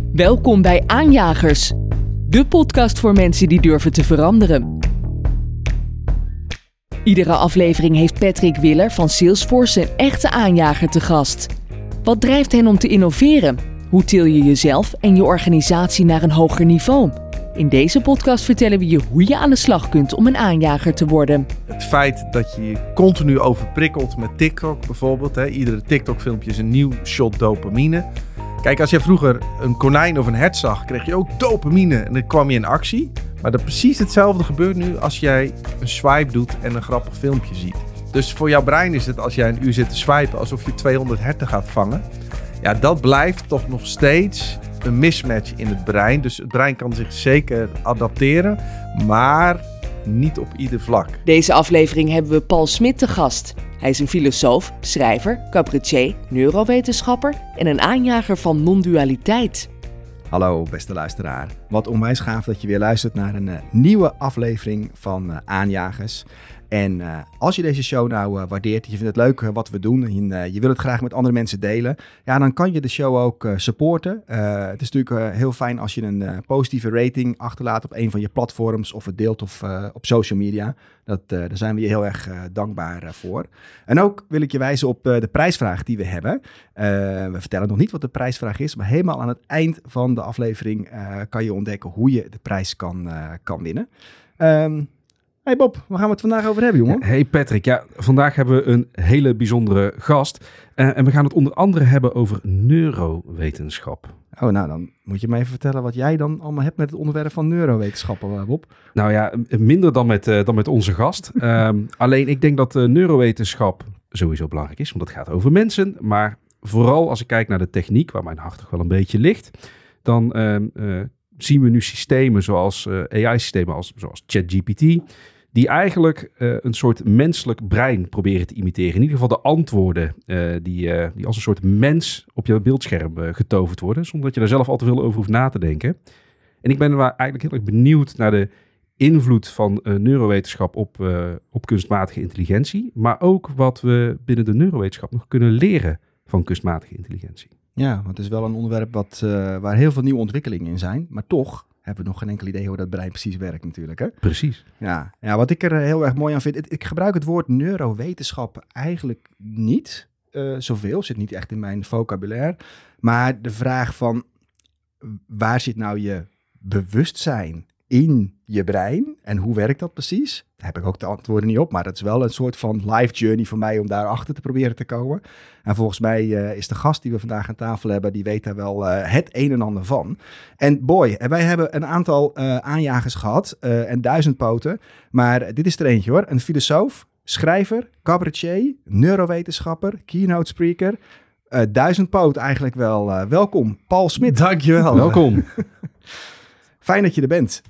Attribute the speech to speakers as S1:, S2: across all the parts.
S1: Welkom bij Aanjagers, de podcast voor mensen die durven te veranderen. Iedere aflevering heeft Patrick Willer van Salesforce een echte aanjager te gast. Wat drijft hen om te innoveren? Hoe til je jezelf en je organisatie naar een hoger niveau? In deze podcast vertellen we je hoe je aan de slag kunt om een aanjager te worden.
S2: Het feit dat je je continu overprikkelt met TikTok bijvoorbeeld. Iedere TikTok-filmpje is een nieuw shot dopamine. Kijk, als je vroeger een konijn of een hert zag, kreeg je ook dopamine en dan kwam je in actie. Maar dat precies hetzelfde gebeurt nu als jij een swipe doet en een grappig filmpje ziet. Dus voor jouw brein is het, als jij een uur zit te swipen, alsof je 200 herten gaat vangen. Ja, dat blijft toch nog steeds een mismatch in het brein. Dus het brein kan zich zeker adapteren, maar niet op ieder vlak.
S1: Deze aflevering hebben we Paul Smit te gast. Hij is een filosoof, schrijver, cabaretier, neurowetenschapper en een aanjager van non-dualiteit.
S3: Hallo beste luisteraar. Wat onwijs gaaf dat je weer luistert naar een nieuwe aflevering van Aanjagers. En als je deze show nou waardeert, je vindt het leuk wat we doen en je wil het graag met andere mensen delen, ja, dan kan je de show ook supporten. Het is natuurlijk heel fijn als je een positieve rating achterlaat op een van je platforms of het deelt of op social media. Daar zijn we je heel erg dankbaar voor. En ook wil ik je wijzen op de prijsvraag die we hebben. We vertellen nog niet wat de prijsvraag is, maar helemaal aan het eind van de aflevering kan je ontdekken hoe je de prijs kan winnen. Hey Bob, waar gaan we het vandaag over hebben, jongen?
S4: Hey Patrick, ja, vandaag hebben we een hele bijzondere gast. En we gaan het onder andere hebben over neurowetenschap.
S3: Oh, nou dan moet je me even vertellen wat jij dan allemaal hebt met het onderwerp van neurowetenschappen, Bob.
S4: Nou ja, minder dan met onze gast. Alleen ik denk dat neurowetenschap sowieso belangrijk is, want het gaat over mensen. Maar vooral als ik kijk naar de techniek, waar mijn hart toch wel een beetje ligt, dan zien we nu systemen zoals AI-systemen zoals ChatGPT, die eigenlijk een soort menselijk brein proberen te imiteren. In ieder geval de antwoorden die als een soort mens op je beeldscherm getoverd worden, zonder dat je daar zelf al te veel over hoeft na te denken. En ik ben eigenlijk heel erg benieuwd naar de invloed van neurowetenschap op kunstmatige intelligentie, maar ook wat we binnen de neurowetenschap nog kunnen leren van kunstmatige intelligentie.
S3: Ja, want het is wel een onderwerp waar heel veel nieuwe ontwikkelingen in zijn, maar toch hebben we nog geen enkel idee hoe dat brein precies werkt natuurlijk. Hè?
S4: Precies.
S3: Ja, wat ik er heel erg mooi aan vind, ik gebruik het woord neurowetenschap eigenlijk niet zoveel, zit niet echt in mijn vocabulaire, maar de vraag van waar zit nou je bewustzijn in je brein en hoe werkt dat precies? Daar heb ik ook de antwoorden niet op, maar dat is wel een soort van life journey voor mij om daarachter te proberen te komen. En volgens mij is de gast die we vandaag aan tafel hebben, die weet daar wel het een en ander van. En boy, wij hebben een aantal aanjagers gehad en 1000 poten, maar dit is er eentje hoor. Een filosoof, schrijver, cabaretier, neurowetenschapper, keynote speaker, 1000 poot eigenlijk wel. Welkom, Paul Smit.
S2: Dankjewel.
S4: Welkom.
S3: Fijn dat je er bent.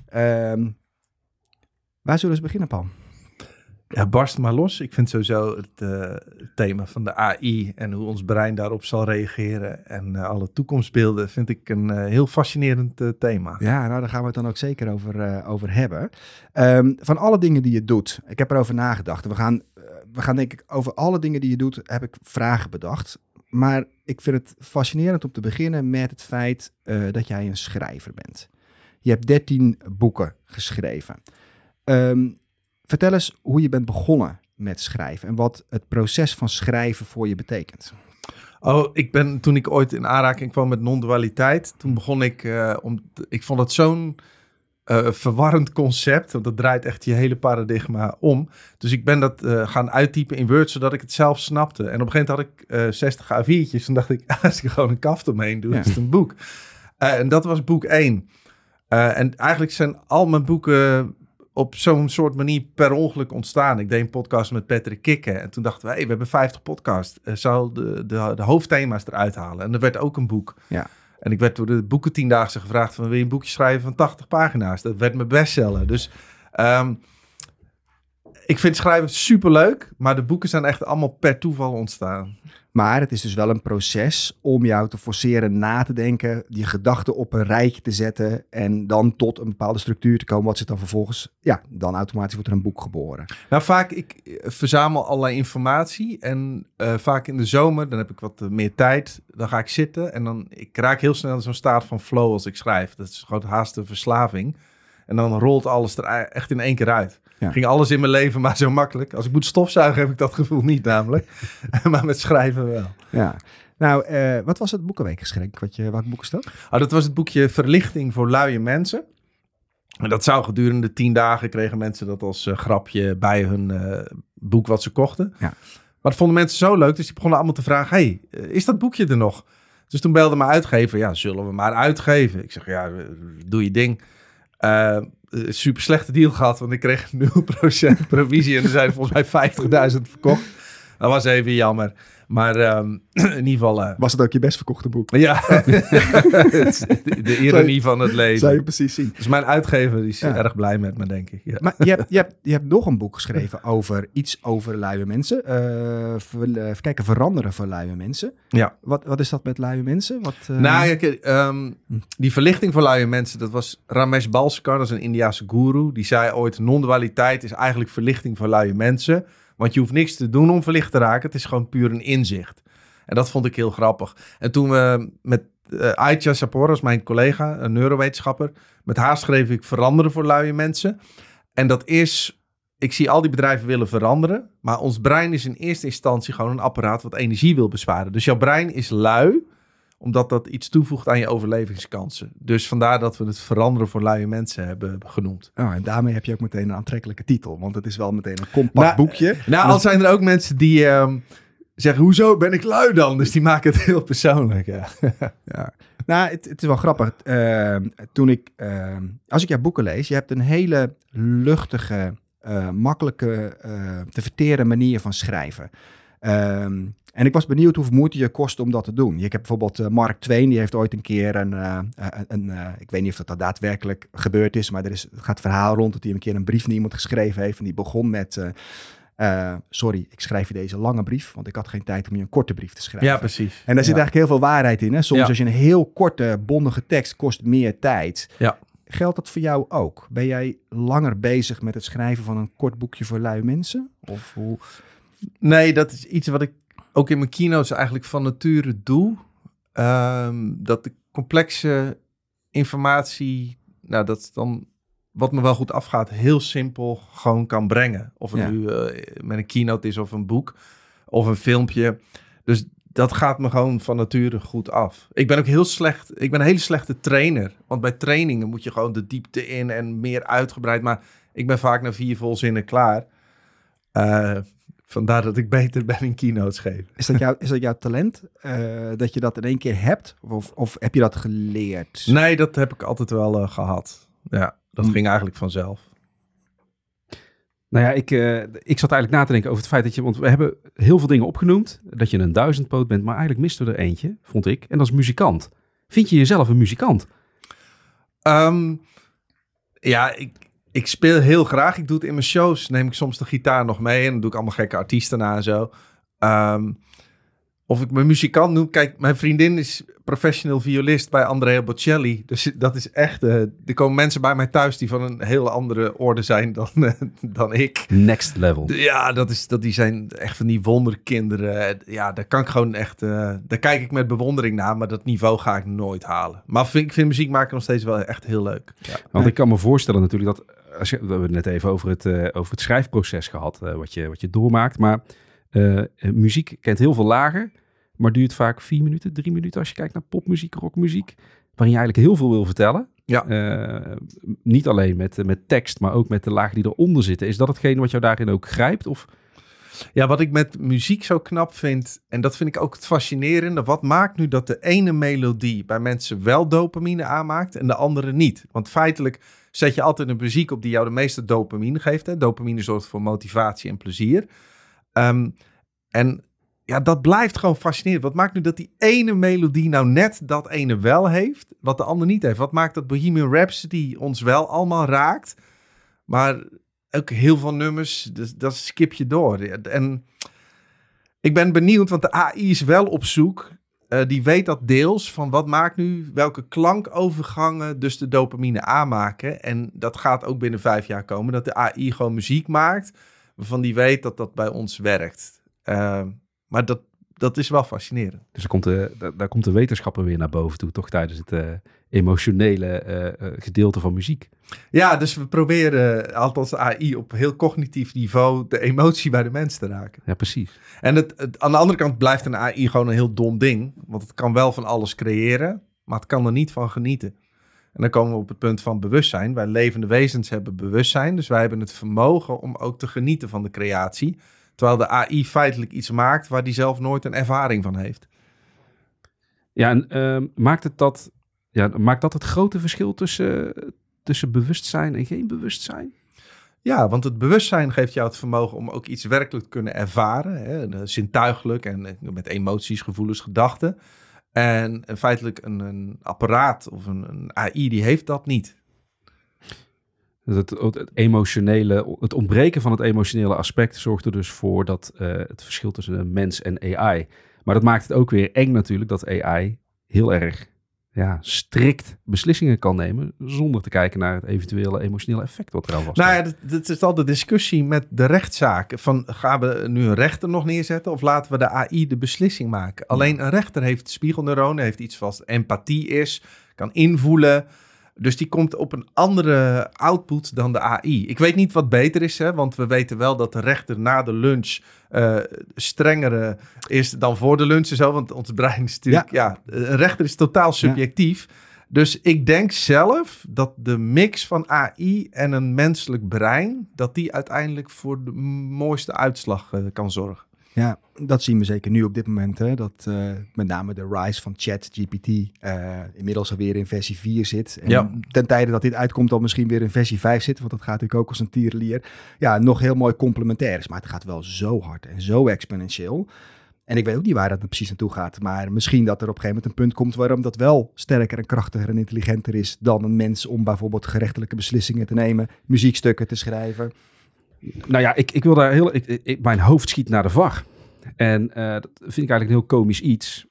S3: Waar zullen we beginnen, Paul?
S2: Ja, barst maar los. Ik vind sowieso het thema van de AI en hoe ons brein daarop zal reageren en alle toekomstbeelden vind ik een heel fascinerend thema.
S3: Ja, nou daar gaan we het dan ook zeker over hebben. Van alle dingen die je doet, ik heb erover nagedacht. We gaan denk ik over alle dingen die je doet, heb ik vragen bedacht. Maar ik vind het fascinerend om te beginnen met het feit dat jij een schrijver bent. Je hebt 13 boeken geschreven. Vertel eens hoe je bent begonnen met schrijven en wat het proces van schrijven voor je betekent.
S2: Toen ik ooit in aanraking kwam met non-dualiteit, toen begon ik, ik vond het zo'n verwarrend concept, want dat draait echt je hele paradigma om. Dus ik ben dat gaan uittypen in Word, zodat ik het zelf snapte. En op een gegeven moment had ik 60 A4'tjes, toen dacht ik, als ik gewoon een kaft omheen doe, is het een boek. En dat was boek 1. En eigenlijk zijn al mijn boeken op zo'n soort manier per ongeluk ontstaan. Ik deed een podcast met Patrick Kikken en toen dachten we, we hebben 50 podcasts. Zou de hoofdthema's eruit halen. En er werd ook een boek. Ja. En ik werd door de boeken 10-daagse gevraagd van, wil je een boekje schrijven van 80 pagina's? Dat werd mijn bestseller. Dus Ik vind schrijven superleuk, maar de boeken zijn echt allemaal per toeval ontstaan.
S3: Maar het is dus wel een proces om jou te forceren na te denken, je gedachten op een rijtje te zetten en dan tot een bepaalde structuur te komen, wat zit dan vervolgens, dan automatisch wordt er een boek geboren.
S2: Nou, vaak, ik verzamel allerlei informatie en vaak in de zomer, dan heb ik wat meer tijd, dan ga ik zitten en ik raak heel snel in zo'n staat van flow als ik schrijf. Dat is gewoon haast een verslaving. En dan rolt alles er echt in één keer uit.
S3: Ja.
S2: Ging alles in mijn leven maar zo makkelijk. Als ik moet stofzuigen heb ik dat gevoel niet namelijk. Maar met schrijven wel.
S3: Ja. Nou, wat was het boekenweekgeschenk? Welk boek is dat?
S2: Dat was het boekje Verlichting voor luie mensen. En dat zou gedurende 10 dagen kregen mensen dat als grapje bij hun boek wat ze kochten.
S3: Ja.
S2: Maar dat vonden mensen zo leuk, dus die begonnen allemaal te vragen, hey, is dat boekje er nog? Dus toen belde mijn uitgever, ja, zullen we maar uitgeven? Ik zeg, ja, doe je ding. Super slechte deal gehad, want ik kreeg 0% provisie en er zijn volgens mij 50.000 verkocht. Dat was even jammer. Maar in ieder geval...
S3: Was het ook je best verkochte boek?
S2: Ja, de ironie van het leven.
S3: Zou je precies zien.
S2: Dus mijn uitgever is erg blij met me, denk ik. Ja.
S3: Maar je hebt nog een boek geschreven over luie mensen. Even kijken, veranderen voor luie mensen.
S2: Ja.
S3: Wat is dat met luie mensen?
S2: Nou, die verlichting voor luie mensen, dat was Ramesh Balsekar, dat is een Indiase goeroe. Die zei ooit, non-dualiteit is eigenlijk verlichting voor luie mensen. Want je hoeft niks te doen om verlicht te raken. Het is gewoon puur een inzicht. En dat vond ik heel grappig. En toen we met Aitja Saporos, mijn collega, een neurowetenschapper, met haar schreef ik Veranderen voor luie mensen. En dat is, ik zie al die bedrijven willen veranderen, maar ons brein is in eerste instantie gewoon een apparaat wat energie wil besparen. Dus jouw brein is lui, omdat dat iets toevoegt aan je overlevingskansen. Dus vandaar dat we het Veranderen voor luie mensen hebben genoemd.
S3: Oh, en daarmee heb je ook meteen een aantrekkelijke titel, want het is wel meteen een compact boekje.
S2: Nou, al zijn er ook mensen die zeggen, hoezo ben ik lui dan? Dus die maken het heel persoonlijk. Ja.
S3: Ja. Nou, het is wel grappig. Als ik jouw boeken lees, je hebt een hele luchtige, makkelijke te verteren manier van schrijven. En ik was benieuwd hoeveel moeite je kost om dat te doen. Je hebt bijvoorbeeld Mark Twain, die heeft ooit een keer ik weet niet of dat daadwerkelijk gebeurd is, maar het gaat verhaal rond dat hij een keer een brief naar iemand geschreven heeft en die begon met, sorry, ik schrijf je deze lange brief, want ik had geen tijd om je een korte brief te schrijven.
S2: Ja, precies.
S3: En daar zit eigenlijk heel veel waarheid in. Hè? Soms als je een heel korte, bondige tekst kost meer tijd.
S2: Ja.
S3: Geldt dat voor jou ook? Ben jij langer bezig met het schrijven van een kort boekje voor lui mensen? Of hoe?
S2: Nee, dat is iets wat ik ook in mijn keynotes eigenlijk van nature doe. Dat de complexe informatie, nou dat is dan wat me wel goed afgaat, heel simpel gewoon kan brengen. Of het nu met een keynote is of een boek of een filmpje. Dus dat gaat me gewoon van nature goed af. Ik ben ook ik ben een hele slechte trainer. Want bij trainingen moet je gewoon de diepte in en meer uitgebreid. Maar ik ben vaak na 4 volzinnen klaar. Vandaar dat ik beter ben in keynotes geven.
S3: Is dat jouw talent? Dat je dat in één keer hebt? Of heb je dat geleerd?
S2: Nee, dat heb ik altijd wel gehad. Ja, dat ging eigenlijk vanzelf.
S4: Nou ja, ik zat eigenlijk na te denken over het feit dat want we hebben heel veel dingen opgenoemd, dat je een duizendpoot bent, maar eigenlijk miste er eentje, vond ik, en dat is muzikant. Vind je jezelf een muzikant?
S2: Ja, ik speel heel graag. Ik doe het in mijn shows, neem ik soms de gitaar nog mee en dan doe ik allemaal gekke artiesten na en zo. Of ik me muzikant noem. Kijk, mijn vriendin is professional violist bij Andrea Bocelli. Dus dat is echt... er komen mensen bij mij thuis die van een heel andere orde zijn dan ik.
S4: Next level.
S2: Ja, die zijn echt van die wonderkinderen. Ja, daar kan ik gewoon echt... daar kijk ik met bewondering naar, maar dat niveau ga ik nooit halen. Maar ik vind muziek maken nog steeds wel echt heel leuk. Ja.
S4: Want ik kan me voorstellen natuurlijk dat... we hebben het net even over het schrijfproces gehad, wat je doormaakt. Maar muziek kent heel veel lagen. Maar duurt vaak 4 minuten, 3 minuten als je kijkt naar popmuziek, rockmuziek. Waarin je eigenlijk heel veel wil vertellen.
S2: Ja.
S4: Niet alleen met tekst, maar ook met de lagen die eronder zitten. Is dat hetgeen wat jou daarin ook grijpt? Of?
S2: Ja, wat ik met muziek zo knap vind, en dat vind ik ook het fascinerende. Wat maakt nu dat de ene melodie bij mensen wel dopamine aanmaakt en de andere niet? Want feitelijk zet je altijd een muziek op die jou de meeste dopamine geeft. Hè? Dopamine zorgt voor motivatie en plezier. En ja, dat blijft gewoon fascinerend. Wat maakt nu dat die ene melodie nou net dat ene wel heeft, wat de ander niet heeft? Wat maakt dat Bohemian Rhapsody ons wel allemaal raakt, maar ook heel veel nummers, dus dat skip je door. En ik ben benieuwd, want de AI is wel op zoek. Die weet dat deels van wat maakt nu welke klankovergangen dus de dopamine aanmaken. En dat gaat ook binnen 5 jaar komen, dat de AI gewoon muziek maakt waarvan die weet dat dat bij ons werkt. Maar dat is wel fascinerend.
S4: Dus daar komt de wetenschapper weer naar boven toe, toch tijdens het emotionele gedeelte van muziek.
S2: Ja, dus we proberen althans AI op heel cognitief niveau de emotie bij de mens te raken.
S4: Ja, precies.
S2: En aan de andere kant blijft een AI gewoon een heel dom ding. Want het kan wel van alles creëren, maar het kan er niet van genieten. En dan komen we op het punt van bewustzijn. Wij levende wezens hebben bewustzijn, dus wij hebben het vermogen om ook te genieten van de creatie. Terwijl de AI feitelijk iets maakt waar die zelf nooit een ervaring van heeft.
S4: Ja, en maakt dat het grote verschil tussen bewustzijn en geen bewustzijn?
S2: Ja, want het bewustzijn geeft jou het vermogen om ook iets werkelijk te kunnen ervaren. Hè, zintuigelijk en met emoties, gevoelens, gedachten. En feitelijk een apparaat of een AI, die heeft dat niet.
S4: Het ontbreken van het emotionele aspect zorgt er dus voor dat het verschil tussen een mens en AI. Maar dat maakt het ook weer eng natuurlijk dat AI heel erg strikt beslissingen kan nemen zonder te kijken naar het eventuele emotionele effect wat er al was.
S2: Nou ja, dat is al de discussie met de rechtszaken. Van, gaan we nu een rechter nog neerzetten of laten we de AI de beslissing maken? Alleen een rechter heeft spiegelneuronen, heeft iets wat empathie is, kan invoelen. Dus die komt op een andere output dan de AI. Ik weet niet wat beter is, hè, want we weten wel dat de rechter na de lunch strengere is dan voor de lunch en zo. Want ons brein is natuurlijk, een rechter is totaal subjectief. Ja. Dus ik denk zelf dat de mix van AI en een menselijk brein, dat die uiteindelijk voor de mooiste uitslag kan zorgen.
S3: Ja, dat zien we zeker nu op dit moment. Hè, dat met name de rise van ChatGPT inmiddels alweer in versie 4 zit. En ten tijde dat dit uitkomt al misschien weer in versie 5 zit. Want dat gaat natuurlijk ook als een tierenlier. Ja, nog heel mooi complementair is. Maar het gaat wel zo hard en zo exponentieel. En ik weet ook niet waar dat precies naartoe gaat. Maar misschien dat er op een gegeven moment een punt komt waarom dat wel sterker en krachtiger en intelligenter is dan een mens om bijvoorbeeld gerechtelijke beslissingen te nemen, muziekstukken te schrijven.
S4: Nou ja, ik wil daar mijn hoofd schiet naar de VAR. En dat vind ik eigenlijk een heel komisch iets.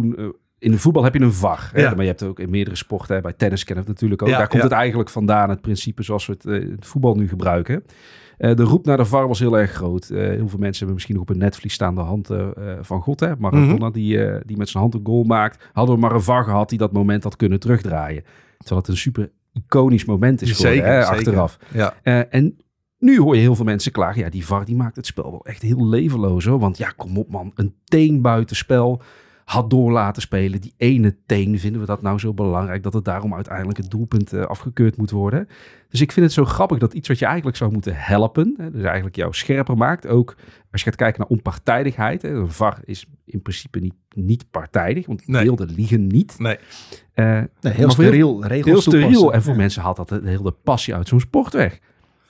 S4: In de voetbal heb je een VAR. Hè? Maar je hebt ook in meerdere sporten. Hè? Bij tennis kennen we het natuurlijk ook. Daar komt het eigenlijk vandaan, het principe zoals we het in het voetbal nu gebruiken. De roep naar de VAR was heel erg groot. Heel veel mensen hebben misschien nog op een netvlies staan de hand van God. Hè? Maradona die met zijn hand een goal maakt. Hadden we maar een VAR gehad die dat moment had kunnen terugdraaien. Terwijl het een super iconisch moment is geworden, zeker. Achteraf. Ja. En nu hoor je heel veel mensen klagen. Ja, die VAR die maakt het spel wel echt heel levenloos. Hoor. Want ja, kom op man. Een teen buitenspel had door laten spelen. Die ene teen, vinden we dat nou zo belangrijk dat het daarom uiteindelijk het doelpunt afgekeurd moet worden. Dus ik vind het zo grappig dat iets wat je eigenlijk zou moeten helpen, dus eigenlijk jou scherper maakt, ook als je gaat kijken naar onpartijdigheid. Een VAR is in principe niet partijdig, want beelden liegen niet.
S3: Nee, heel steriel.
S4: Heel steriel. En voor mensen haalt dat de hele passie uit zo'n sport weg.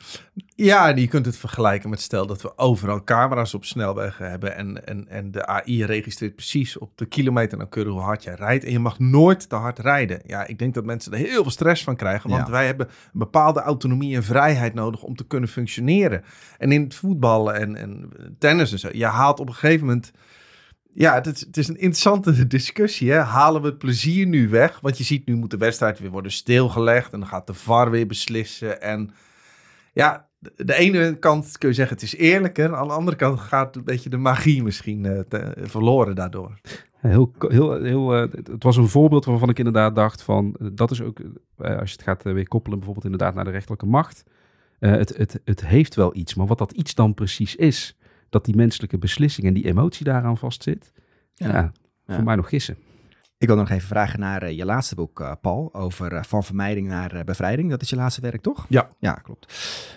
S2: Ja, je kunt het vergelijken met stel dat we overal camera's op snelwegen hebben en de AI registreert precies op de kilometer nauwkeurig hoe hard jij rijdt en je mag nooit te hard rijden. Ja, ik denk dat mensen er heel veel stress van krijgen, want wij hebben een bepaalde autonomie en vrijheid nodig om te kunnen functioneren. En in het voetbal en tennis en zo, je haalt op een gegeven moment. Ja, het is een interessante discussie. Hè? Halen we het plezier nu weg? Want je ziet, nu moet de wedstrijd weer worden stilgelegd en dan gaat de VAR weer beslissen en ja, de ene kant kun je zeggen het is eerlijker. Aan de andere kant gaat een beetje de magie misschien verloren daardoor. Het was een voorbeeld waarvan ik inderdaad dacht van, dat is ook, als je het gaat weer koppelen bijvoorbeeld inderdaad naar de rechterlijke macht. Het heeft wel iets, maar wat dat iets dan precies is, dat die menselijke beslissing en die emotie daaraan vastzit, voor mij nog gissen.
S3: Ik wil nog even vragen naar je laatste boek, Paul, over van vermijding naar bevrijding. Dat is je laatste werk, toch?
S2: Ja.
S3: Ja, klopt.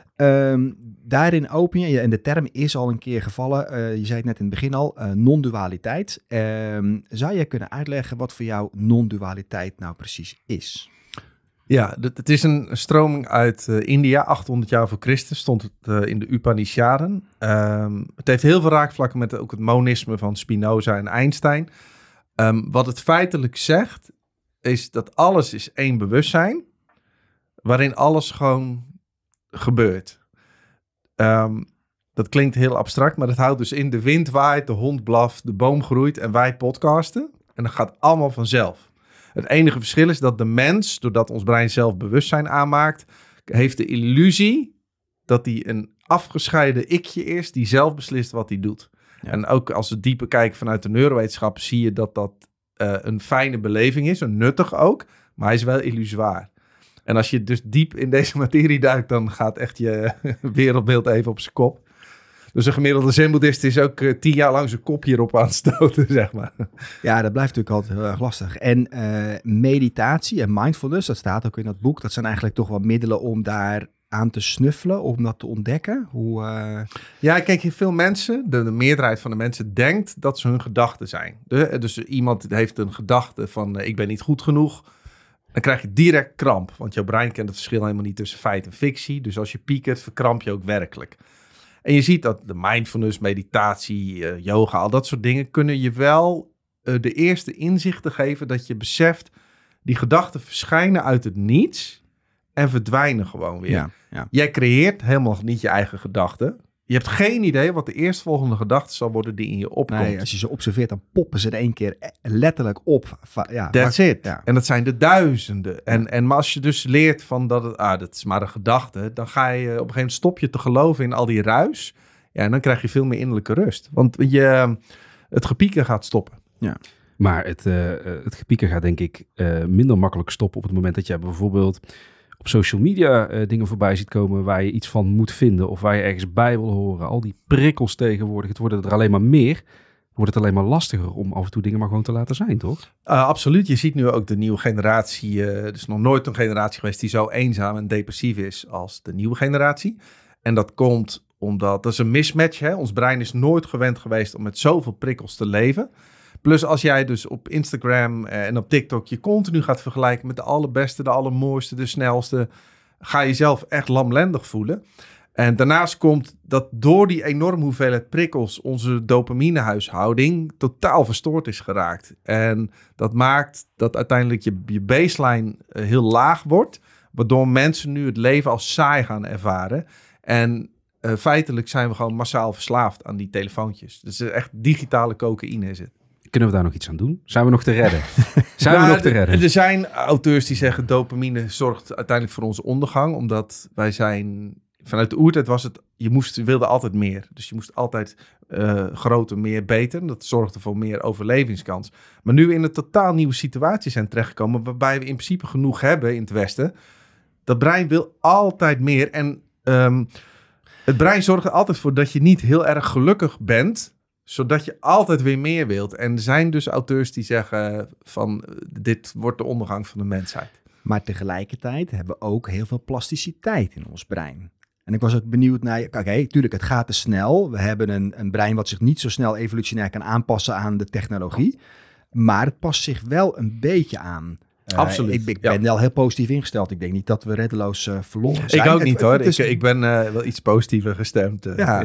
S3: Daarin open je, en de term is al een keer gevallen, je zei het net in het begin al, non-dualiteit. Zou je kunnen uitleggen wat voor jou non-dualiteit nou precies is?
S2: Ja, het is een stroming uit India, 800 jaar voor Christus, stond het in de Upanishaden. Het heeft heel veel raakvlakken met ook het monisme van Spinoza en Einstein. Wat het feitelijk zegt, is dat alles is één bewustzijn, waarin alles gewoon gebeurt. Dat klinkt heel abstract, maar dat houdt dus in... de wind waait, de hond blaft, de boom groeit en wij podcasten. En dat gaat allemaal vanzelf. Het enige verschil is dat de mens, doordat ons brein zelf bewustzijn aanmaakt... heeft de illusie dat hij een afgescheiden ikje is... die zelf beslist wat hij doet. Ja. En ook als we dieper kijken vanuit de neurowetenschap... zie je dat dat een fijne beleving is, een nuttig ook... maar hij is wel illusoir. En als je dus diep in deze materie duikt... dan gaat echt je wereldbeeld even op zijn kop. Dus een gemiddelde zenboeddhist is ook 10 jaar lang zijn kop hierop aan het stoten, zeg maar.
S3: Ja, dat blijft natuurlijk altijd heel erg lastig. En meditatie en mindfulness, dat staat ook in dat boek... dat zijn eigenlijk toch wel middelen om daar aan te snuffelen, om dat te ontdekken.
S2: Ja, kijk, veel mensen, de meerderheid van de mensen... denkt dat ze hun gedachten zijn. Dus iemand heeft een gedachte van... ik ben niet goed genoeg... Dan krijg je direct kramp, want jouw brein kent het verschil helemaal niet tussen feit en fictie. Dus als je piekert, verkramp je ook werkelijk. En je ziet dat de mindfulness, meditatie, yoga, al dat soort dingen... kunnen je wel de eerste inzichten geven dat je beseft... die gedachten verschijnen uit het niets en verdwijnen gewoon weer.
S3: Ja.
S2: Jij creëert helemaal niet je eigen gedachten. Je hebt geen idee wat de eerstvolgende gedachte zal worden die in je opkomt.
S3: Nee, als je ze observeert, dan poppen ze in één keer letterlijk op.
S2: That's it.
S3: Ja.
S2: En dat zijn de duizenden. Maar als je dus leert van dat is maar een gedachte... dan ga je op een gegeven moment stop je te geloven in al die ruis. Ja, en dan krijg je veel meer innerlijke rust. Want het gepieker gaat stoppen.
S3: Ja.
S4: Maar het gepieker gaat denk ik minder makkelijk stoppen... op het moment dat jij bijvoorbeeld... op social media dingen voorbij ziet komen waar je iets van moet vinden of waar je ergens bij wil horen. Al die prikkels tegenwoordig, het worden er alleen maar meer. Wordt het alleen maar lastiger om af en toe dingen maar gewoon te laten zijn, toch?
S2: Absoluut. Je ziet nu ook de nieuwe generatie. Er is nog nooit een generatie geweest die zo eenzaam en depressief is als de nieuwe generatie. En dat komt omdat, dat is een mismatch. Hè? Ons brein is nooit gewend geweest om met zoveel prikkels te leven. Plus als jij dus op Instagram en op TikTok je continu gaat vergelijken met de allerbeste, de allermooiste, de snelste, ga je jezelf echt lamlendig voelen. En daarnaast komt dat door die enorme hoeveelheid prikkels onze dopaminehuishouding totaal verstoord is geraakt. En dat maakt dat uiteindelijk je baseline heel laag wordt, waardoor mensen nu het leven als saai gaan ervaren. En feitelijk zijn we gewoon massaal verslaafd aan die telefoontjes. Dus echt digitale cocaïne is het.
S4: Kunnen we daar nog iets aan doen? Zijn we nog te redden? Er
S2: zijn auteurs die zeggen dopamine zorgt uiteindelijk voor onze ondergang. Omdat wij zijn... Vanuit de oertijd was het... Je wilde altijd meer. Dus je moest altijd groter, meer, beter. Dat zorgde voor meer overlevingskans. Maar nu we in een totaal nieuwe situatie zijn terechtgekomen... waarbij we in principe genoeg hebben in het Westen... Dat brein wil altijd meer. En het brein zorgt er altijd voor dat je niet heel erg gelukkig bent... zodat je altijd weer meer wilt. En er zijn dus auteurs die zeggen van... dit wordt de ondergang van de mensheid.
S3: Maar tegelijkertijd hebben we ook heel veel plasticiteit in ons brein. En ik was ook benieuwd naar... Oké, tuurlijk, het gaat te snel. We hebben een brein wat zich niet zo snel evolutionair kan aanpassen aan de technologie. Maar het past zich wel een beetje aan.
S2: Absoluut.
S3: Ik ben wel heel positief ingesteld. Ik denk niet dat we reddeloos verloren zijn.
S2: Ik ook niet hoor. Ik ben wel iets positiever gestemd.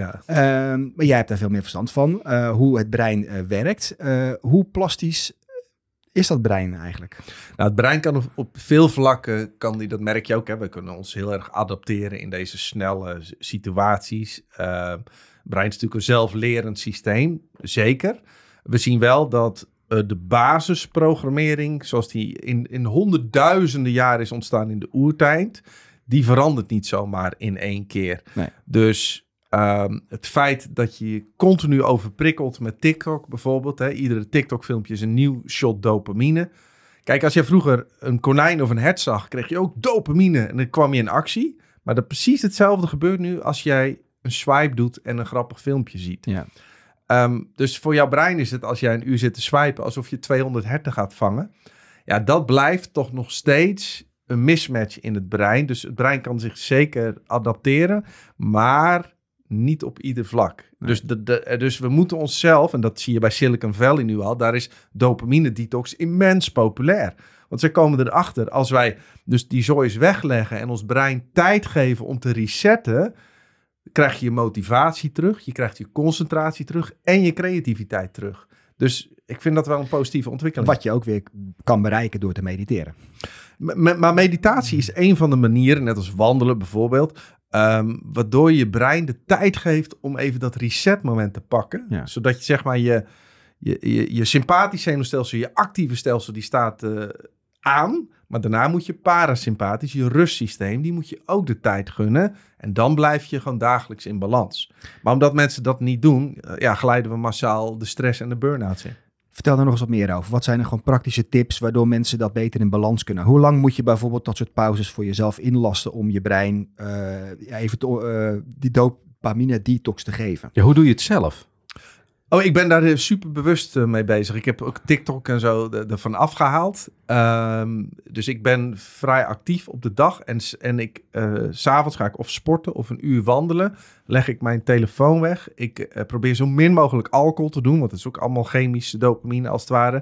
S3: Maar jij hebt daar veel meer verstand van. Hoe het brein werkt. Hoe plastisch is dat brein eigenlijk?
S2: Nou, het brein kan op veel vlakken, dat merk je ook. Hè, we kunnen ons heel erg adapteren in deze snelle situaties. Het brein is natuurlijk een zelflerend systeem. Zeker. We zien wel dat... de basisprogrammering, zoals die in honderdduizenden jaren is ontstaan in de oertijd, die verandert niet zomaar in één keer.
S3: Nee.
S2: Dus het feit dat je continu overprikkelt met TikTok bijvoorbeeld, hè, iedere TikTok-filmpje is een nieuw shot dopamine. Kijk, als jij vroeger een konijn of een hert zag, kreeg je ook dopamine en dan kwam je in actie. Maar dat precies hetzelfde gebeurt nu als jij een swipe doet en een grappig filmpje ziet.
S3: Ja.
S2: Dus voor jouw brein is het, als jij een uur zit te swipen, alsof je 200 herten gaat vangen. Ja, dat blijft toch nog steeds een mismatch in het brein. Dus het brein kan zich zeker adapteren, maar niet op ieder vlak. Nee. Dus we moeten onszelf, en dat zie je bij Silicon Valley nu al, daar is dopamine detox immens populair. Want ze komen erachter, als wij dus die zoiets wegleggen en ons brein tijd geven om te resetten, krijg je motivatie terug, je krijgt je concentratie terug en je creativiteit terug. Dus ik vind dat wel een positieve ontwikkeling.
S3: Wat je ook weer kan bereiken door te mediteren.
S2: Maar meditatie is een van de manieren, net als wandelen bijvoorbeeld, Waardoor je brein de tijd geeft om even dat resetmoment te pakken.
S3: Ja.
S2: Zodat je zeg maar je sympathisch zenuwstelsel, je actieve stelsel, die staat aan. Maar daarna moet je parasympathisch, je rustsysteem, die moet je ook de tijd gunnen. En dan blijf je gewoon dagelijks in balans. Maar omdat mensen dat niet doen, glijden we massaal de stress en de burn-outs in.
S3: Vertel daar nog eens wat meer over. Wat zijn er gewoon praktische tips waardoor mensen dat beter in balans kunnen? Hoe lang moet je bijvoorbeeld dat soort pauzes voor jezelf inlasten om je brein die dopamine detox te geven?
S4: Ja, hoe doe je het zelf?
S2: Oh, ik ben daar super bewust mee bezig. Ik heb ook TikTok en zo ervan afgehaald. Dus ik ben vrij actief op de dag. En ik 's avonds ga ik of sporten of een uur wandelen. Leg ik mijn telefoon weg. Ik probeer zo min mogelijk alcohol te doen. Want het is ook allemaal chemische dopamine als het ware.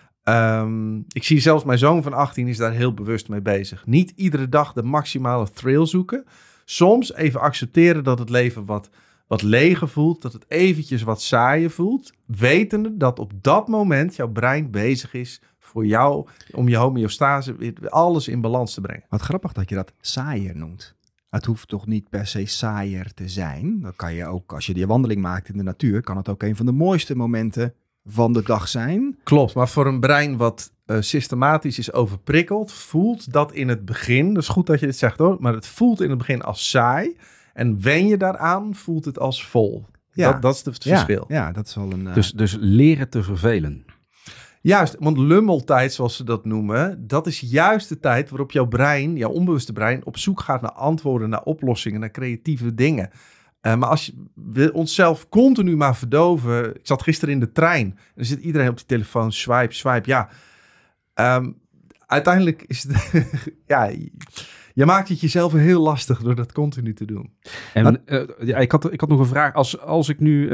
S2: Ik zie zelfs mijn zoon van 18 is daar heel bewust mee bezig. Niet iedere dag de maximale thrill zoeken. Soms even accepteren dat het leven wat leger voelt, dat het eventjes wat saaier voelt, wetende dat op dat moment jouw brein bezig is voor jou om je homeostase weer alles in balans te brengen.
S3: Wat grappig dat je dat saaier noemt. Het hoeft toch niet per se saaier te zijn. Dan kan je ook, als je die wandeling maakt in de natuur, kan het ook een van de mooiste momenten van de dag zijn.
S2: Klopt, maar voor een brein wat systematisch is overprikkeld, voelt dat in het begin, dat is goed dat je dit zegt hoor, maar het voelt in het begin als saai. En wen je daaraan, voelt het als vol.
S3: Ja.
S2: Dat is het verschil.
S3: Ja, dat is wel een...
S4: Dus leren te vervelen.
S2: Juist, want lummeltijd, zoals ze dat noemen, dat is juist de tijd waarop jouw brein, jouw onbewuste brein, op zoek gaat naar antwoorden, naar oplossingen, naar creatieve dingen. Maar als we onszelf continu maar verdoven... Ik zat gisteren in de trein en er zit iedereen op die telefoon, swipe. Ja, uiteindelijk is het... Je maakt het jezelf heel lastig door dat continu te doen.
S4: En ik had nog een vraag. Als ik nu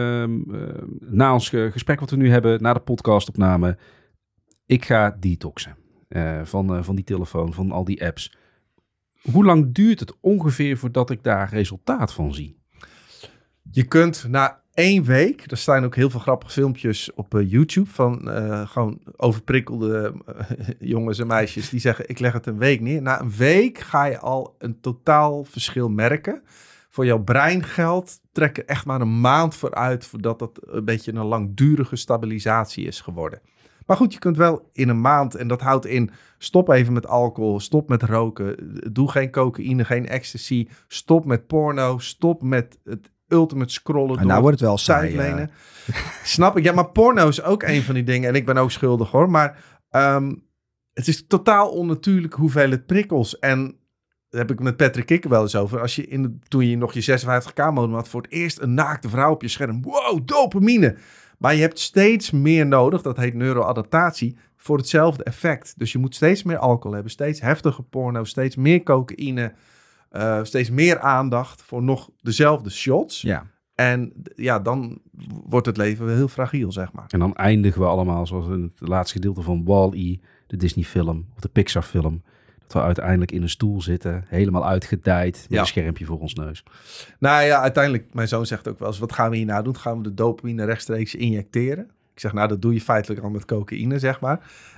S4: na ons gesprek wat we nu hebben, na de podcastopname, ik ga detoxen van die telefoon, van al die apps. Hoe lang duurt het ongeveer voordat ik daar resultaat van zie?
S2: Je kunt na 1 week, er staan ook heel veel grappige filmpjes op YouTube van gewoon overprikkelde jongens en meisjes die zeggen ik leg het een week neer. Na een week ga je al een totaal verschil merken. Voor jouw brein geldt, trek er echt maar een maand vooruit voordat dat een beetje een langdurige stabilisatie is geworden. Maar goed, je kunt wel in een maand, en dat houdt in, stop even met alcohol, stop met roken, doe geen cocaïne, geen ecstasy, stop met porno, stop met het ultimate scrollen door.
S3: Nou wordt het wel saai.
S2: Ja. Snap ik. Ja, maar porno is ook een van die dingen. En ik ben ook schuldig hoor. Maar het is totaal onnatuurlijk hoeveelheid prikkels. En daar heb ik met Patrick Kikker wel eens over. Als je toen je nog je 56K-modem had, voor het eerst een naakte vrouw op je scherm. Wow, dopamine. Maar je hebt steeds meer nodig, dat heet neuroadaptatie, voor hetzelfde effect. Dus je moet steeds meer alcohol hebben, steeds heftige porno, steeds meer cocaïne, steeds meer aandacht voor nog dezelfde shots.
S3: Ja.
S2: En ja, dan wordt het leven heel fragiel, zeg maar.
S4: En dan eindigen we allemaal zoals in het laatste gedeelte van Wall-E, de Disney-film of de Pixar-film. Dat we uiteindelijk in een stoel zitten, helemaal uitgedijd, met een schermpje voor ons neus.
S2: Nou ja, uiteindelijk, mijn zoon zegt ook wel eens, wat gaan we hierna doen? Gaan we de dopamine rechtstreeks injecteren? Ik zeg, nou, dat doe je feitelijk al met cocaïne, zeg maar.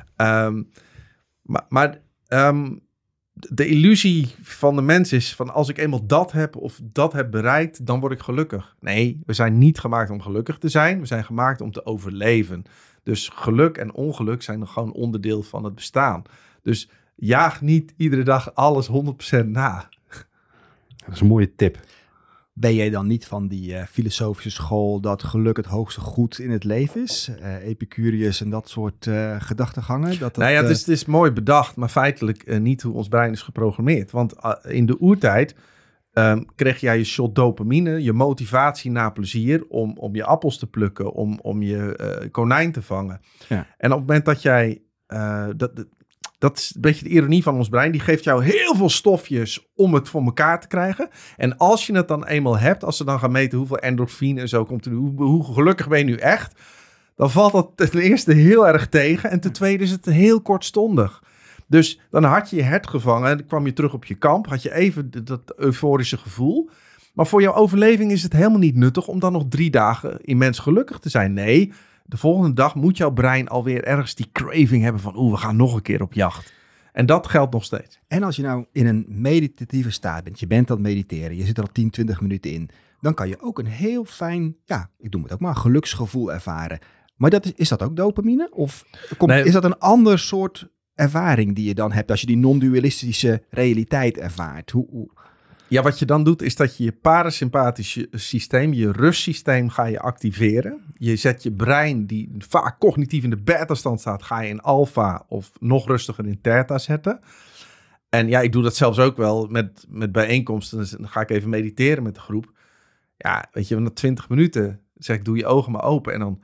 S2: Maar de illusie van de mens is van als ik eenmaal dat heb of dat heb bereikt, dan word ik gelukkig. Nee, we zijn niet gemaakt om gelukkig te zijn. We zijn gemaakt om te overleven. Dus geluk en ongeluk zijn nog gewoon onderdeel van het bestaan. Dus jaag niet iedere dag alles 100% na.
S4: Dat is een mooie tip.
S3: Ben jij dan niet van die filosofische school dat geluk het hoogste goed in het leven is? Epicurus en dat soort gedachtegangen?
S2: Het is mooi bedacht, maar feitelijk niet hoe ons brein is geprogrammeerd. Want in de oertijd kreeg jij je shot dopamine, je motivatie naar plezier om je appels te plukken, om je konijn te vangen. Ja. En op het moment dat jij... Dat is een beetje de ironie van ons brein. Die geeft jou heel veel stofjes om het voor elkaar te krijgen. En als je het dan eenmaal hebt, als ze dan gaan meten hoeveel endorfine en zo komt, hoe gelukkig ben je nu echt, dan valt dat ten eerste heel erg tegen. En ten tweede is het heel kortstondig. Dus dan had je je hert gevangen en dan kwam je terug op je kamp. Had je even dat euforische gevoel. Maar voor jouw overleving is het helemaal niet nuttig om dan nog 3 dagen immens gelukkig te zijn. Nee, de volgende dag moet jouw brein alweer ergens die craving hebben van we gaan nog een keer op jacht. En dat geldt nog steeds.
S3: En als je nou in een meditatieve staat bent, je bent aan het mediteren, je zit er al 10, 20 minuten in, dan kan je ook een heel fijn, ik noem het ook maar, geluksgevoel ervaren. Maar is dat ook dopamine? Of is dat een ander soort ervaring die je dan hebt als je die non-dualistische realiteit ervaart?
S2: Ja, wat je dan doet is dat je parasympathische systeem, je rustsysteem ga je activeren. Je zet je brein, die vaak cognitief in de beta-stand staat, ga je in alpha of nog rustiger in theta zetten. En ja, ik doe dat zelfs ook wel met bijeenkomsten. Dus dan ga ik even mediteren met de groep. Ja, weet je, na 20 minuten zeg ik, doe je ogen maar open en dan,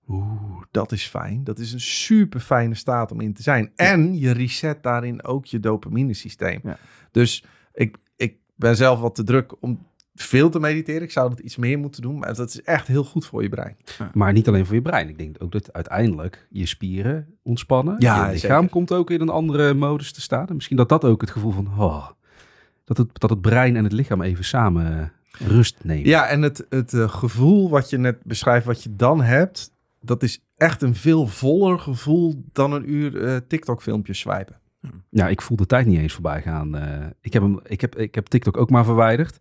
S2: dat is fijn. Dat is een super fijne staat om in te zijn. En je reset daarin ook je dopamine systeem. Ja. Dus ik ben zelf wat te druk om veel te mediteren. Ik zou dat iets meer moeten doen. Maar dat is echt heel goed voor je brein.
S4: Ja. Maar niet alleen voor je brein. Ik denk ook dat uiteindelijk je spieren ontspannen.
S2: Ja,
S4: je lichaam komt ook in een andere modus te staan. En misschien dat ook het gevoel van... dat het brein en het lichaam even samen rust nemen.
S2: Ja, en het gevoel wat je net beschrijft, wat je dan hebt... dat is echt een veel voller gevoel dan een uur TikTok-filmpjes swipen.
S4: Ja, ik voel de tijd niet eens voorbij gaan. Ik heb TikTok ook maar verwijderd.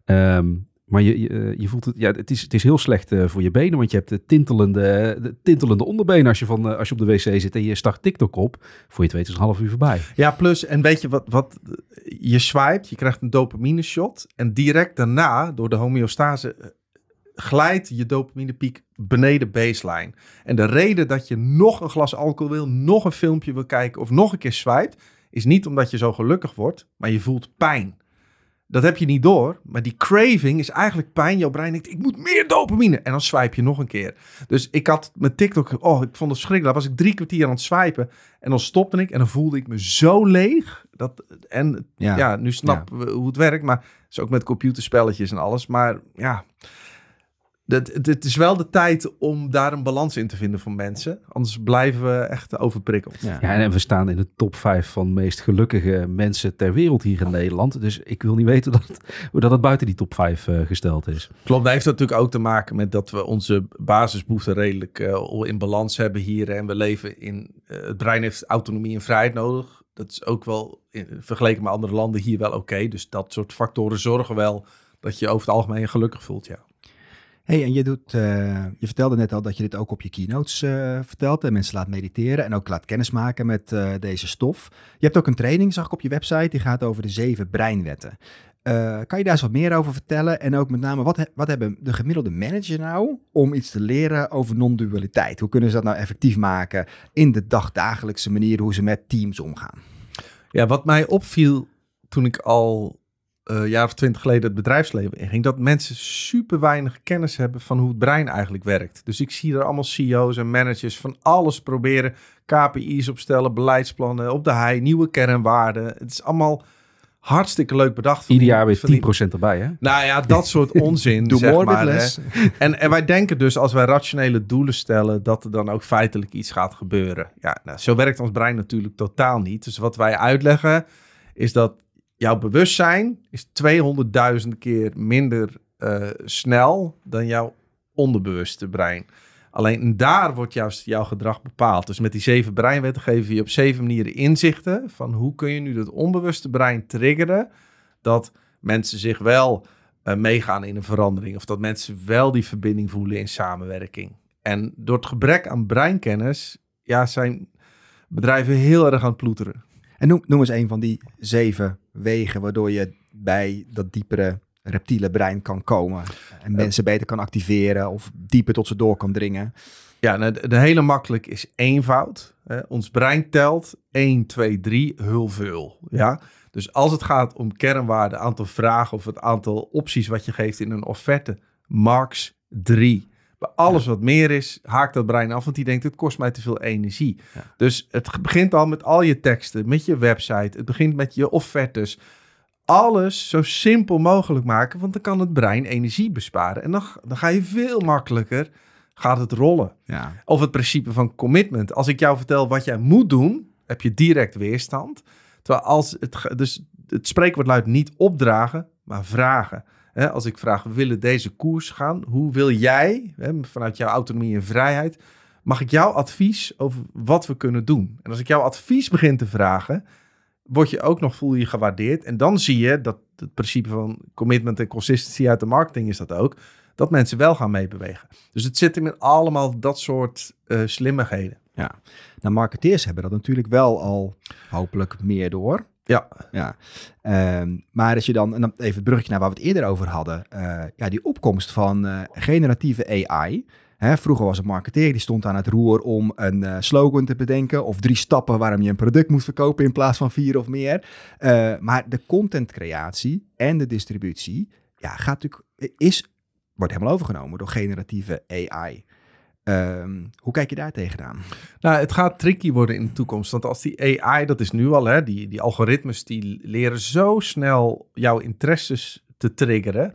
S4: Maar je voelt het... Ja, het is heel slecht voor je benen. Want je hebt de tintelende onderbenen als je op de wc zit en je start TikTok op. Voor je het weet is een half uur voorbij.
S2: Ja, plus, en weet je wat je swipet, je krijgt een dopamine shot. En direct daarna, door de homeostase, glijdt je dopaminepiek beneden baseline. En de reden dat je nog een glas alcohol wil, nog een filmpje wil kijken of nog een keer swipet, is niet omdat je zo gelukkig wordt, maar je voelt pijn. Dat heb je niet door, maar die craving is eigenlijk pijn. Jouw brein denkt, ik moet meer dopamine. En dan swipe je nog een keer. Dus ik had met TikTok, ik vond het verschrikkelijk. Was ik 3 kwartier aan het swipen en dan stopte ik en dan voelde ik me zo leeg. Nu snappen we hoe het werkt, maar het is ook met computerspelletjes en alles. Maar ja, het is wel de tijd om daar een balans in te vinden voor mensen. Anders blijven we echt overprikkeld.
S4: Ja, en we staan in de top 5 van meest gelukkige mensen ter wereld hier in Nederland. Dus ik wil niet weten hoe dat het buiten die top 5 gesteld is.
S2: Klopt, dat heeft natuurlijk ook te maken met dat we onze basisbehoeften redelijk in balans hebben hier. En we leven het brein heeft autonomie en vrijheid nodig. Dat is ook wel, vergeleken met andere landen, hier wel oké. Dus dat soort factoren zorgen wel dat je over het algemeen je gelukkig voelt, ja.
S3: Hey, en je vertelde net al dat je dit ook op je keynotes vertelt en mensen laat mediteren en ook laat kennismaken met deze stof. Je hebt ook een training, zag ik op je website, die gaat over de 7 breinwetten. Kan je daar eens wat meer over vertellen? En ook met name, wat hebben de gemiddelde manager nou om iets te leren over non-dualiteit? Hoe kunnen ze dat nou effectief maken in de dagdagelijkse manier, hoe ze met teams omgaan?
S2: Ja, wat mij opviel toen ik al een jaar of 20 geleden het bedrijfsleven inging, dat mensen super weinig kennis hebben van hoe het brein eigenlijk werkt. Dus ik zie er allemaal CEO's en managers van alles proberen, KPI's opstellen, beleidsplannen op de hei, nieuwe kernwaarden. Het is allemaal hartstikke leuk bedacht.
S4: Ieder jaar weer 10% erbij, hè?
S2: Nou ja, dat soort onzin,
S3: Doe
S2: zeg
S3: more
S2: maar.
S3: with less.
S2: En wij denken dus, als wij rationele doelen stellen, dat er dan ook feitelijk iets gaat gebeuren. Ja, nou, zo werkt ons brein natuurlijk totaal niet. Dus wat wij uitleggen, is dat jouw bewustzijn is 200.000 keer minder snel dan jouw onderbewuste brein. Alleen daar wordt juist jouw gedrag bepaald. Dus met die 7 breinwetten geven je op 7 manieren inzichten van hoe kun je nu dat onbewuste brein triggeren dat mensen zich wel meegaan in een verandering of dat mensen wel die verbinding voelen in samenwerking. En door het gebrek aan breinkennis zijn bedrijven heel erg aan het ploeteren.
S3: En noem eens een van die 7 wegen waardoor je bij dat diepere reptiele brein kan komen. En mensen beter kan activeren of dieper tot ze door kan dringen.
S2: Ja, de hele makkelijk is eenvoud. Ons brein telt 1, 2, 3, heel veel. Ja? Dus als het gaat om kernwaarden, aantal vragen of het aantal opties wat je geeft in een offerte, max 3. Bij alles wat meer is, haakt dat brein af, want die denkt, het kost mij te veel energie. Ja. Dus het begint al met al je teksten, met je website. Het begint met je offertes. Alles zo simpel mogelijk maken, want dan kan het brein energie besparen. En dan ga je veel makkelijker, gaat het rollen.
S3: Ja.
S2: Of het principe van commitment. Als ik jou vertel wat jij moet doen, heb je direct weerstand. Terwijl dus het spreekwoord luidt niet opdragen, maar vragen. Als ik vraag, we willen deze koers gaan. Hoe wil jij, vanuit jouw autonomie en vrijheid, mag ik jouw advies over wat we kunnen doen? En als ik jouw advies begin te vragen, word je ook nog, voel je gewaardeerd. En dan zie je dat het principe van commitment en consistency uit de marketing is dat ook, dat mensen wel gaan meebewegen. Dus het zit in met allemaal dat soort slimmigheden.
S3: Ja, nou, marketeers hebben dat natuurlijk wel al hopelijk meer door.
S2: Ja.
S3: Maar als je dan even het bruggetje naar waar we het eerder over hadden. Die opkomst van generatieve AI. Vroeger was een marketeer die stond aan het roer om een slogan te bedenken. Of 3 stappen waarom je een product moet verkopen in plaats van 4 of meer. Maar de contentcreatie en de distributie wordt helemaal overgenomen door generatieve AI. Hoe kijk je daar tegenaan?
S2: Nou, het gaat tricky worden in de toekomst. Want als die AI, dat is nu al, hè, die algoritmes, die leren zo snel jouw interesses te triggeren.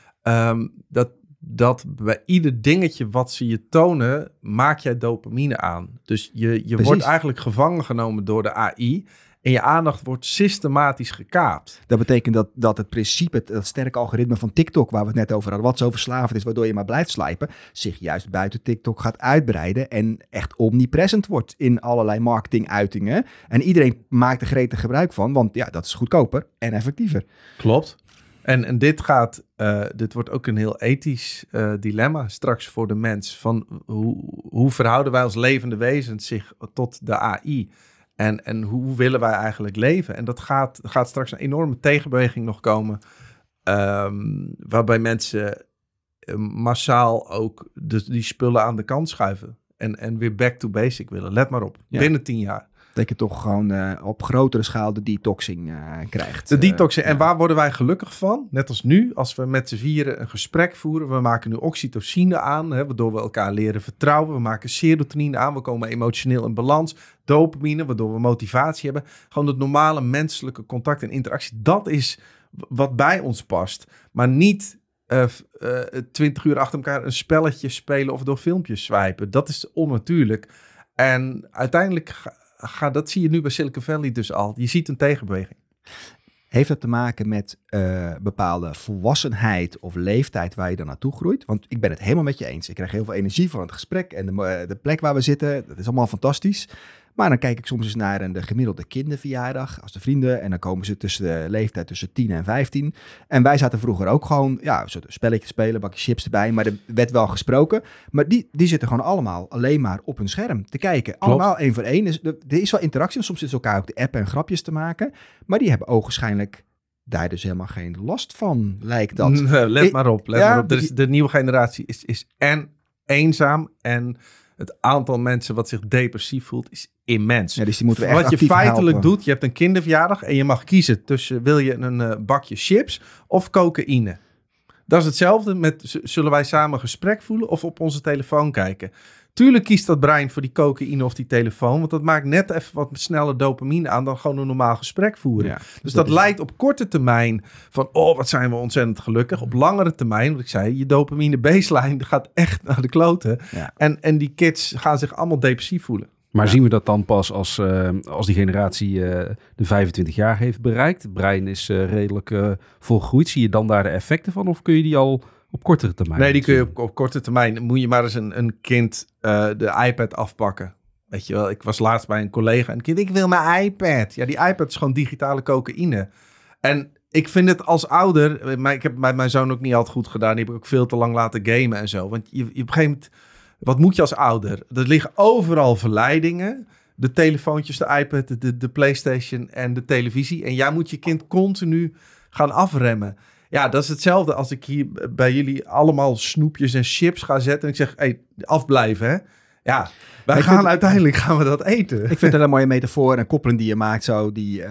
S2: Dat bij ieder dingetje wat ze je tonen, maak jij dopamine aan. Dus je wordt eigenlijk gevangen genomen door de AI. En je aandacht wordt systematisch gekaapt.
S3: Dat betekent dat het principe, dat sterke algoritme van TikTok, waar we het net over hadden, wat zo verslavend is, waardoor je maar blijft slijpen, zich juist buiten TikTok gaat uitbreiden en echt omnipresent wordt in allerlei marketinguitingen. En iedereen maakt er gretig gebruik van, want ja, dat is goedkoper en effectiever.
S2: Klopt. En dit wordt ook een heel ethisch dilemma straks voor de mens. Van hoe verhouden wij als levende wezens zich tot de AI? En hoe willen wij eigenlijk leven? En dat gaat straks een enorme tegenbeweging nog komen. Waarbij mensen massaal ook die spullen aan de kant schuiven. En weer back to basic willen. Let maar op. Ja. Binnen 10 jaar.
S3: Dat je toch gewoon op grotere schaal de detoxing krijgt.
S2: De detoxing. En waar worden wij gelukkig van? Net als nu, als we met z'n vieren een gesprek voeren. We maken nu oxytocine aan, waardoor we elkaar leren vertrouwen. We maken serotonine aan, we komen emotioneel in balans. Dopamine, waardoor we motivatie hebben. Gewoon het normale menselijke contact en interactie. Dat is wat bij ons past. Maar niet 20 uur achter elkaar een spelletje spelen of door filmpjes swipen. Dat is onnatuurlijk. En uiteindelijk dat zie je nu bij Silicon Valley dus al. Je ziet een tegenbeweging.
S3: Heeft dat te maken met bepaalde volwassenheid of leeftijd waar je dan naartoe groeit? Want ik ben het helemaal met je eens. Ik krijg heel veel energie van het gesprek en de plek waar we zitten. Dat is allemaal fantastisch. Maar dan kijk ik soms eens naar de gemiddelde kinderverjaardag als de vrienden. En dan komen ze tussen de leeftijd tussen 10 en 15. En wij zaten vroeger ook gewoon, een soort spelletje spelen, bakje chips erbij. Maar er werd wel gesproken. Maar die zitten gewoon allemaal alleen maar op hun scherm te kijken. Klopt. Allemaal 1 voor 1. Dus er is wel interactie. Soms zitten ze elkaar ook te appen en grapjes te maken. Maar die hebben ogenschijnlijk daar dus helemaal geen last van, lijkt dat.
S2: Let maar op. De nieuwe generatie is en eenzaam en het aantal mensen wat zich depressief voelt is immens.
S3: Ja, dus die moeten we echt
S2: wat je feitelijk
S3: helpen.
S2: doet, je hebt een kinderverjaardag en je mag kiezen tussen wil je een bakje chips of cocaïne. Dat is hetzelfde met zullen wij samen gesprek voelen of op onze telefoon kijken. Tuurlijk kiest dat brein voor die cocaïne of die telefoon, want dat maakt net even wat sneller dopamine aan dan gewoon een normaal gesprek voeren. Ja, dus dat leidt op korte termijn van, wat zijn we ontzettend gelukkig. Op langere termijn, wat ik zei, je dopamine baseline gaat echt naar de kloten. Ja. En die kids gaan zich allemaal depressief voelen.
S4: Maar zien we dat dan pas als die generatie de 25 jaar heeft bereikt? Het brein is redelijk volgroeid. Zie je dan daar de effecten van of kun je die al op kortere termijn?
S2: Nee, die kun je op korte termijn. Moet je maar eens een kind de iPad afpakken. Weet je wel, ik was laatst bij een collega en een kind, ik wil mijn iPad. Ja, die iPad is gewoon digitale cocaïne. En ik vind het als ouder, maar ik heb met mijn zoon ook niet altijd goed gedaan. Die heb ik ook veel te lang laten gamen en zo. Want je op een gegeven moment, wat moet je als ouder? Er liggen overal verleidingen. De telefoontjes, de iPad, de PlayStation en de televisie. En jij moet je kind continu gaan afremmen. Ja, dat is hetzelfde als ik hier bij jullie allemaal snoepjes en chips ga zetten. En ik zeg, afblijven, hè. Ja, uiteindelijk gaan we dat eten.
S3: Ik vind het een mooie metafoor en koppeling die je maakt zo.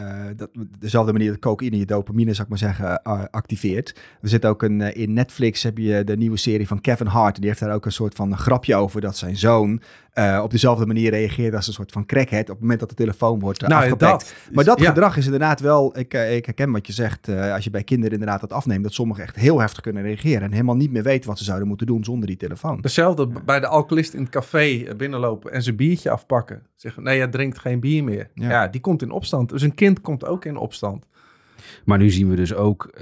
S3: Dezelfde manier dat cocaïne je dopamine, zou ik maar zeggen, activeert. Er zit ook in Netflix heb je de nieuwe serie van Kevin Hart. En die heeft daar ook een soort van grapje over dat zijn zoon op dezelfde manier reageert als een soort van crackhead op het moment dat de telefoon wordt afgepakt. Maar dat gedrag is inderdaad wel, ik herken wat je zegt, als je bij kinderen inderdaad dat afneemt, dat sommigen echt heel heftig kunnen reageren en helemaal niet meer weten wat ze zouden moeten doen zonder die telefoon.
S2: Hetzelfde bij de alcoholist in het café binnenlopen en zijn biertje afpakken. Zeggen, nee, jij drinkt geen bier meer. Ja, die komt in opstand. Dus een kind komt ook in opstand.
S4: Maar nu zien we dus ook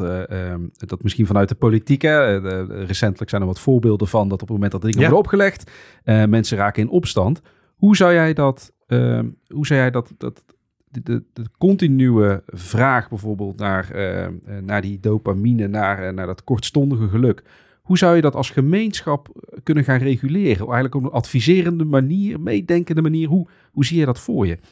S4: dat misschien vanuit de politiek, recentelijk zijn er wat voorbeelden van dat op het moment dat dingen worden opgelegd, mensen raken in opstand. Hoe zou jij de continue vraag bijvoorbeeld naar die dopamine, naar dat kortstondige geluk. Hoe zou je dat als gemeenschap kunnen gaan reguleren? Eigenlijk op een adviserende manier, meedenkende manier. Hoe zie je dat voor je?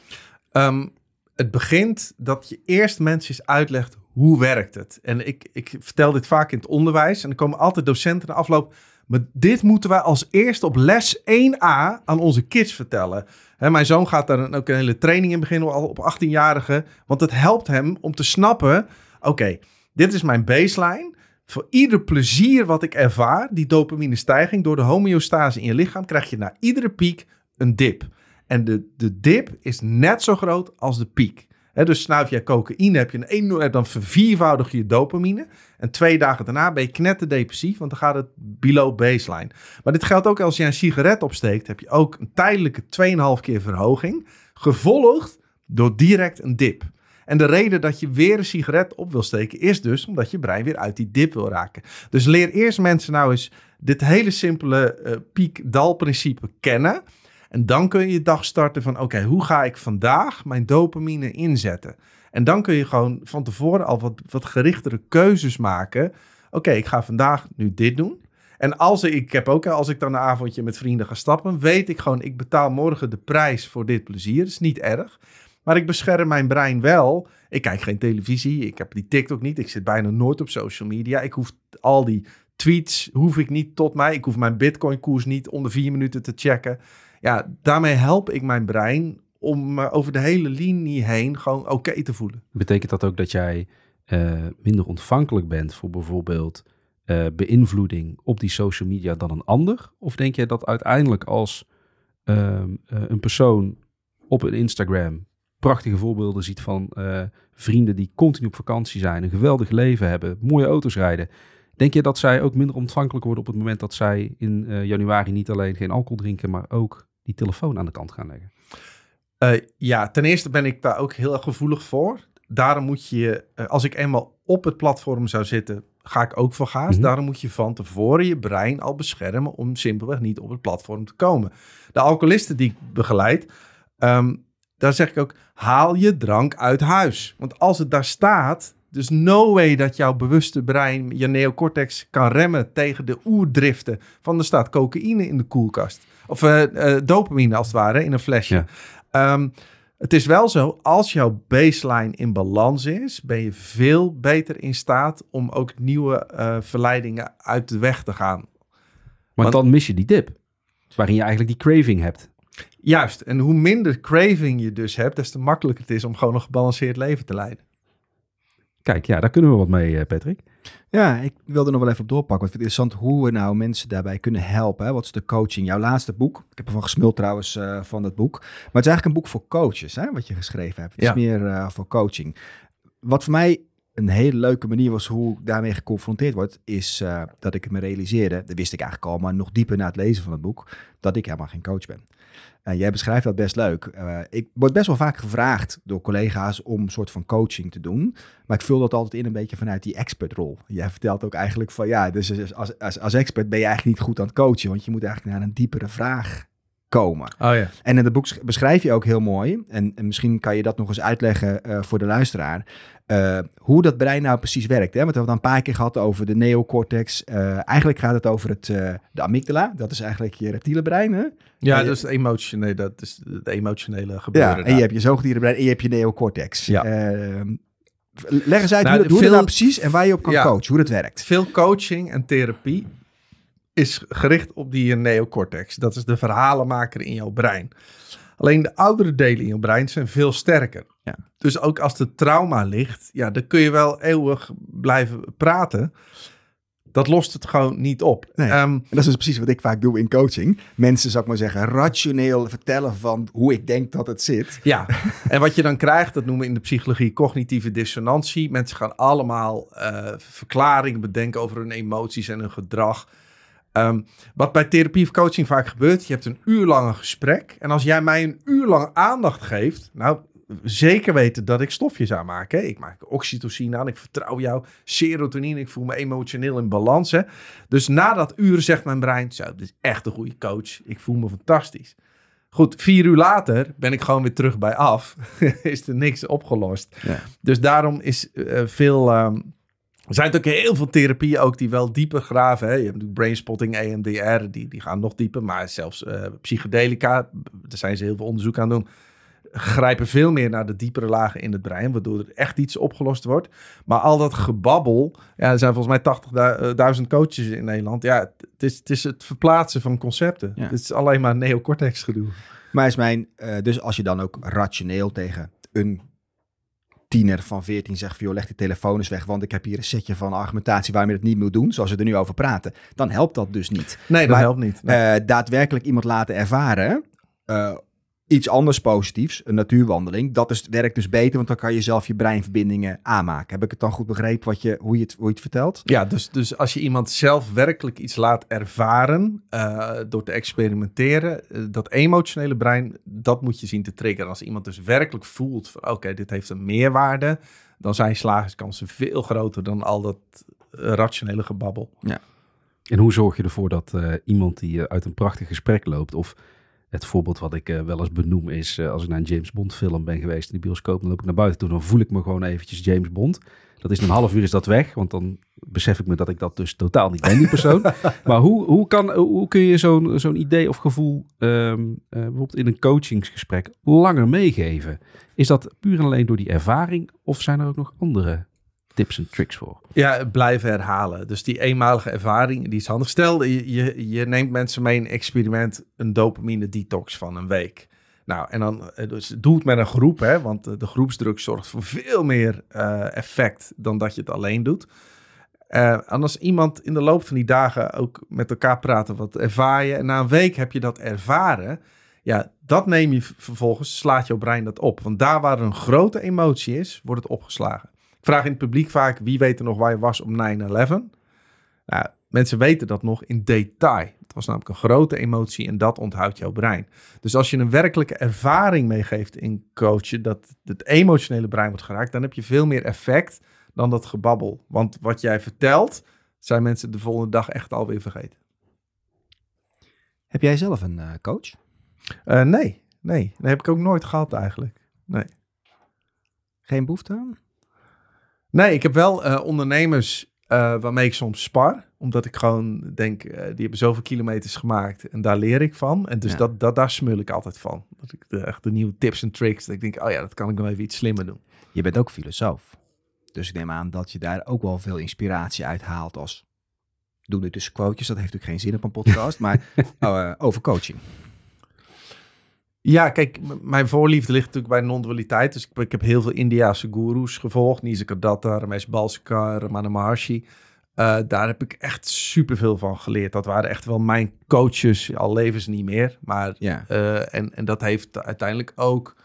S2: Het begint dat je eerst mensen eens uitlegt hoe werkt het. En ik vertel dit vaak in het onderwijs. En er komen altijd docenten na afloop. Maar dit moeten wij als eerste op les 1a aan onze kids vertellen. Mijn zoon gaat daar ook een hele training in beginnen al op 18-jarige. Want het helpt hem om te snappen. Oké, dit is mijn baseline. Voor ieder plezier wat ik ervaar, die dopamine stijging door de homeostase in je lichaam, krijg je na iedere piek een dip. En de dip is net zo groot als de piek. Dus snuif jij cocaïne, heb je dan verviervoudig je dopamine. En 2 dagen daarna ben je knetterdepressief, want dan gaat het below baseline. Maar dit geldt ook als je een sigaret opsteekt, heb je ook een tijdelijke 2,5 keer verhoging, gevolgd door direct een dip. En de reden dat je weer een sigaret op wil steken is dus omdat je brein weer uit die dip wil raken. Dus leer eerst mensen nou eens dit hele simpele piek-dal-principe kennen. En dan kun je je dag starten van oké, hoe ga ik vandaag mijn dopamine inzetten? En dan kun je gewoon van tevoren al wat gerichtere keuzes maken. Oké, ik ga vandaag nu dit doen. En als ik dan een avondje met vrienden ga stappen, weet ik gewoon, ik betaal morgen de prijs voor dit plezier. Dat is niet erg. Maar ik bescherm mijn brein wel. Ik kijk geen televisie. Ik heb die TikTok niet. Ik zit bijna nooit op social media. Ik hoef al die tweets niet tot mij. Ik hoef mijn Bitcoin koers niet onder 4 minuten te checken. Ja, daarmee help ik mijn brein om over de hele linie heen gewoon oké te voelen.
S4: Betekent dat ook dat jij minder ontvankelijk bent voor bijvoorbeeld beïnvloeding op die social media dan een ander? Of denk je dat uiteindelijk als een persoon op een Instagram prachtige voorbeelden ziet van vrienden die continu op vakantie zijn, een geweldig leven hebben, mooie auto's rijden. Denk je dat zij ook minder ontvankelijk worden op het moment dat zij in januari niet alleen geen alcohol drinken, maar ook die telefoon aan de kant gaan leggen?
S2: Ja, ten eerste ben ik daar ook heel erg gevoelig voor. Daarom moet je, als ik eenmaal op het platform zou zitten, ga ik ook voor gas. Daarom moet je van tevoren je brein al beschermen om simpelweg niet op het platform te komen. De alcoholisten die ik begeleid, daar zeg ik ook, haal je drank uit huis. Want als het daar staat, dus no way dat jouw bewuste brein, je neocortex kan remmen tegen de oerdriften van er staat cocaïne in de koelkast. Of dopamine als het ware, in een flesje. Ja. Het is wel zo, als jouw baseline in balans is, ben je veel beter in staat om ook nieuwe verleidingen uit de weg te gaan.
S4: Maar dan mis je die dip, waarin je eigenlijk die craving hebt.
S2: Juist, en hoe minder craving je dus hebt, des te makkelijker het is om gewoon een gebalanceerd leven te leiden.
S4: Kijk, ja, daar kunnen we wat mee, Patrick.
S3: Ja, ik wilde nog wel even op doorpakken. Want ik vind het interessant hoe we nou mensen daarbij kunnen helpen. Hè? Wat is de coaching? Jouw laatste boek. Ik heb ervan gesmuld trouwens van dat boek. Maar het is eigenlijk een boek voor coaches, hè, wat je geschreven hebt. Het is meer voor coaching. Wat voor mij een hele leuke manier was hoe ik daarmee geconfronteerd word, is dat ik me realiseerde, dat wist ik eigenlijk al, maar nog dieper na het lezen van het boek, dat ik helemaal geen coach ben. Jij beschrijft dat best leuk. Ik word best wel vaak gevraagd door collega's om een soort van coaching te doen. Maar ik vul dat altijd in een beetje vanuit die expertrol. Jij vertelt ook eigenlijk van ja, dus als expert ben je eigenlijk niet goed aan het coachen. Want je moet eigenlijk naar een diepere vraag komen.
S2: Oh ja.
S3: En in het boek beschrijf je ook heel mooi, en misschien kan je dat nog eens uitleggen voor de luisteraar, hoe dat brein nou precies werkt. Hè? Want we hebben het een paar keer gehad over de neocortex. Eigenlijk gaat het over de amygdala. Dat is eigenlijk je reptiele brein. Hè?
S2: Ja, dat is het emotionele gebeuren.
S3: Ja, en je hebt je zoogdierenbrein en je hebt je neocortex.
S2: Ja.
S3: Leg eens uit hoe dat nou precies en waar je op kan coachen, hoe dat werkt.
S2: Veel coaching en therapie is gericht op die neocortex. Dat is de verhalenmaker in jouw brein. Alleen de oudere delen in je brein zijn veel sterker.
S3: Ja.
S2: Dus ook als er trauma ligt, ja, dan kun je wel eeuwig blijven praten. Dat lost het gewoon niet op.
S3: Nee. En dat is dus precies wat ik vaak doe in coaching. Mensen, zou ik maar zeggen, rationeel vertellen van hoe ik denk dat het zit.
S2: Ja, en wat je dan krijgt, dat noemen we in de psychologie cognitieve dissonantie. Mensen gaan allemaal verklaringen bedenken over hun emoties en hun gedrag. Wat bij therapie of coaching vaak gebeurt, je hebt een uur lang een gesprek. En als jij mij een uur lang aandacht geeft, nou, zeker weten dat ik stofjes aanmaak. Hè? Ik maak oxytocine aan, ik vertrouw jou, serotonine, ik voel me emotioneel in balans. Hè? Dus na dat uur zegt mijn brein, zo, dit is echt een goede coach. Ik voel me fantastisch. Goed, 4 uur later ben ik gewoon weer terug bij af. Is er niks opgelost.
S3: Ja.
S2: Dus daarom is veel... er zijn ook heel veel therapieën ook die wel dieper graven. Hè? Je hebt natuurlijk brainspotting, EMDR, die gaan nog dieper. Maar zelfs psychedelica, daar zijn ze heel veel onderzoek aan doen, grijpen veel meer naar de diepere lagen in het brein, waardoor er echt iets opgelost wordt. Maar al dat gebabbel, er zijn volgens mij 80.000 coaches in Nederland. Ja, het is het verplaatsen van concepten.
S3: Ja.
S2: Het is alleen maar neocortex gedoe.
S3: Maar dus als je dan ook rationeel tegen een tiener van 14 zegt van, joh, leg die telefoon eens weg, want ik heb hier een setje van argumentatie waarom je het niet moet doen, zoals we er nu over praten, dan helpt dat dus niet.
S2: Nee, dat helpt niet. Nee.
S3: Daadwerkelijk iemand laten ervaren, iets anders positiefs, een natuurwandeling, werkt dus beter, want dan kan je zelf je breinverbindingen aanmaken. Heb ik het dan goed begrepen hoe je het vertelt?
S2: Ja, dus als je iemand zelf werkelijk iets laat ervaren door te experimenteren, dat emotionele brein, dat moet je zien te triggeren. Als iemand dus werkelijk voelt van oké, dit heeft een meerwaarde, dan zijn slagingskansen veel groter dan al dat rationele gebabbel.
S3: Ja.
S4: En hoe zorg je ervoor dat iemand die uit een prachtig gesprek loopt, of het voorbeeld wat ik wel eens benoem is, als ik naar een James Bond film ben geweest in de bioscoop, dan loop ik naar buiten toe, dan voel ik me gewoon eventjes James Bond. Dat is een half uur is dat weg, want dan besef ik me dat ik dat dus totaal niet ben, die persoon. Maar hoe kun je zo'n idee of gevoel bijvoorbeeld in een coachingsgesprek langer meegeven? Is dat puur en alleen door die ervaring, of zijn er ook nog andere tips en tricks voor?
S2: Ja, blijven herhalen. Dus die eenmalige ervaring, die is handig. Stel, je neemt mensen mee in een experiment, een dopamine detox van een week. Nou, en dan dus doe het met een groep, hè, want de groepsdruk zorgt voor veel meer effect dan dat je het alleen doet. En als iemand in de loop van die dagen ook met elkaar praten, wat ervaar je? En na een week heb je dat ervaren. Ja, dat neem je vervolgens, slaat jouw brein dat op. Want daar waar een grote emotie is, wordt het opgeslagen. Ik vraag in het publiek vaak, wie weet er nog waar je was op 9/11? Nou, mensen weten dat nog in detail. Het was namelijk een grote emotie en dat onthoudt jouw brein. Dus als je een werkelijke ervaring meegeeft in coachen, dat het emotionele brein wordt geraakt, dan heb je veel meer effect dan dat gebabbel. Want wat jij vertelt, zijn mensen de volgende dag echt alweer vergeten.
S3: Heb jij zelf een coach?
S2: Nee. Dat heb ik ook nooit gehad eigenlijk. Nee.
S3: Geen behoefte aan?
S2: Nee, ik heb wel ondernemers waarmee ik soms spar. Omdat ik gewoon denk, die hebben zoveel kilometers gemaakt en daar leer ik van. En dus daar smul ik altijd van. Dat ik echt de nieuwe tips en tricks, dat ik denk, oh ja, dat kan ik nog even iets slimmer doen.
S3: Je bent ook filosoof. Dus ik neem aan dat je daar ook wel veel inspiratie uit haalt als... Doe nu tussen quotejes, dat heeft natuurlijk geen zin op een podcast, maar over coaching.
S2: Ja, kijk, mijn voorliefde ligt natuurlijk bij non-dualiteit. Dus ik heb heel veel Indiase goeroes gevolgd. Nisargadatta, Ramesh Balsekar, Ramana Maharshi. Daar heb ik echt superveel van geleerd. Dat waren echt wel mijn coaches, al leven ze niet meer. Maar, en dat heeft uiteindelijk ook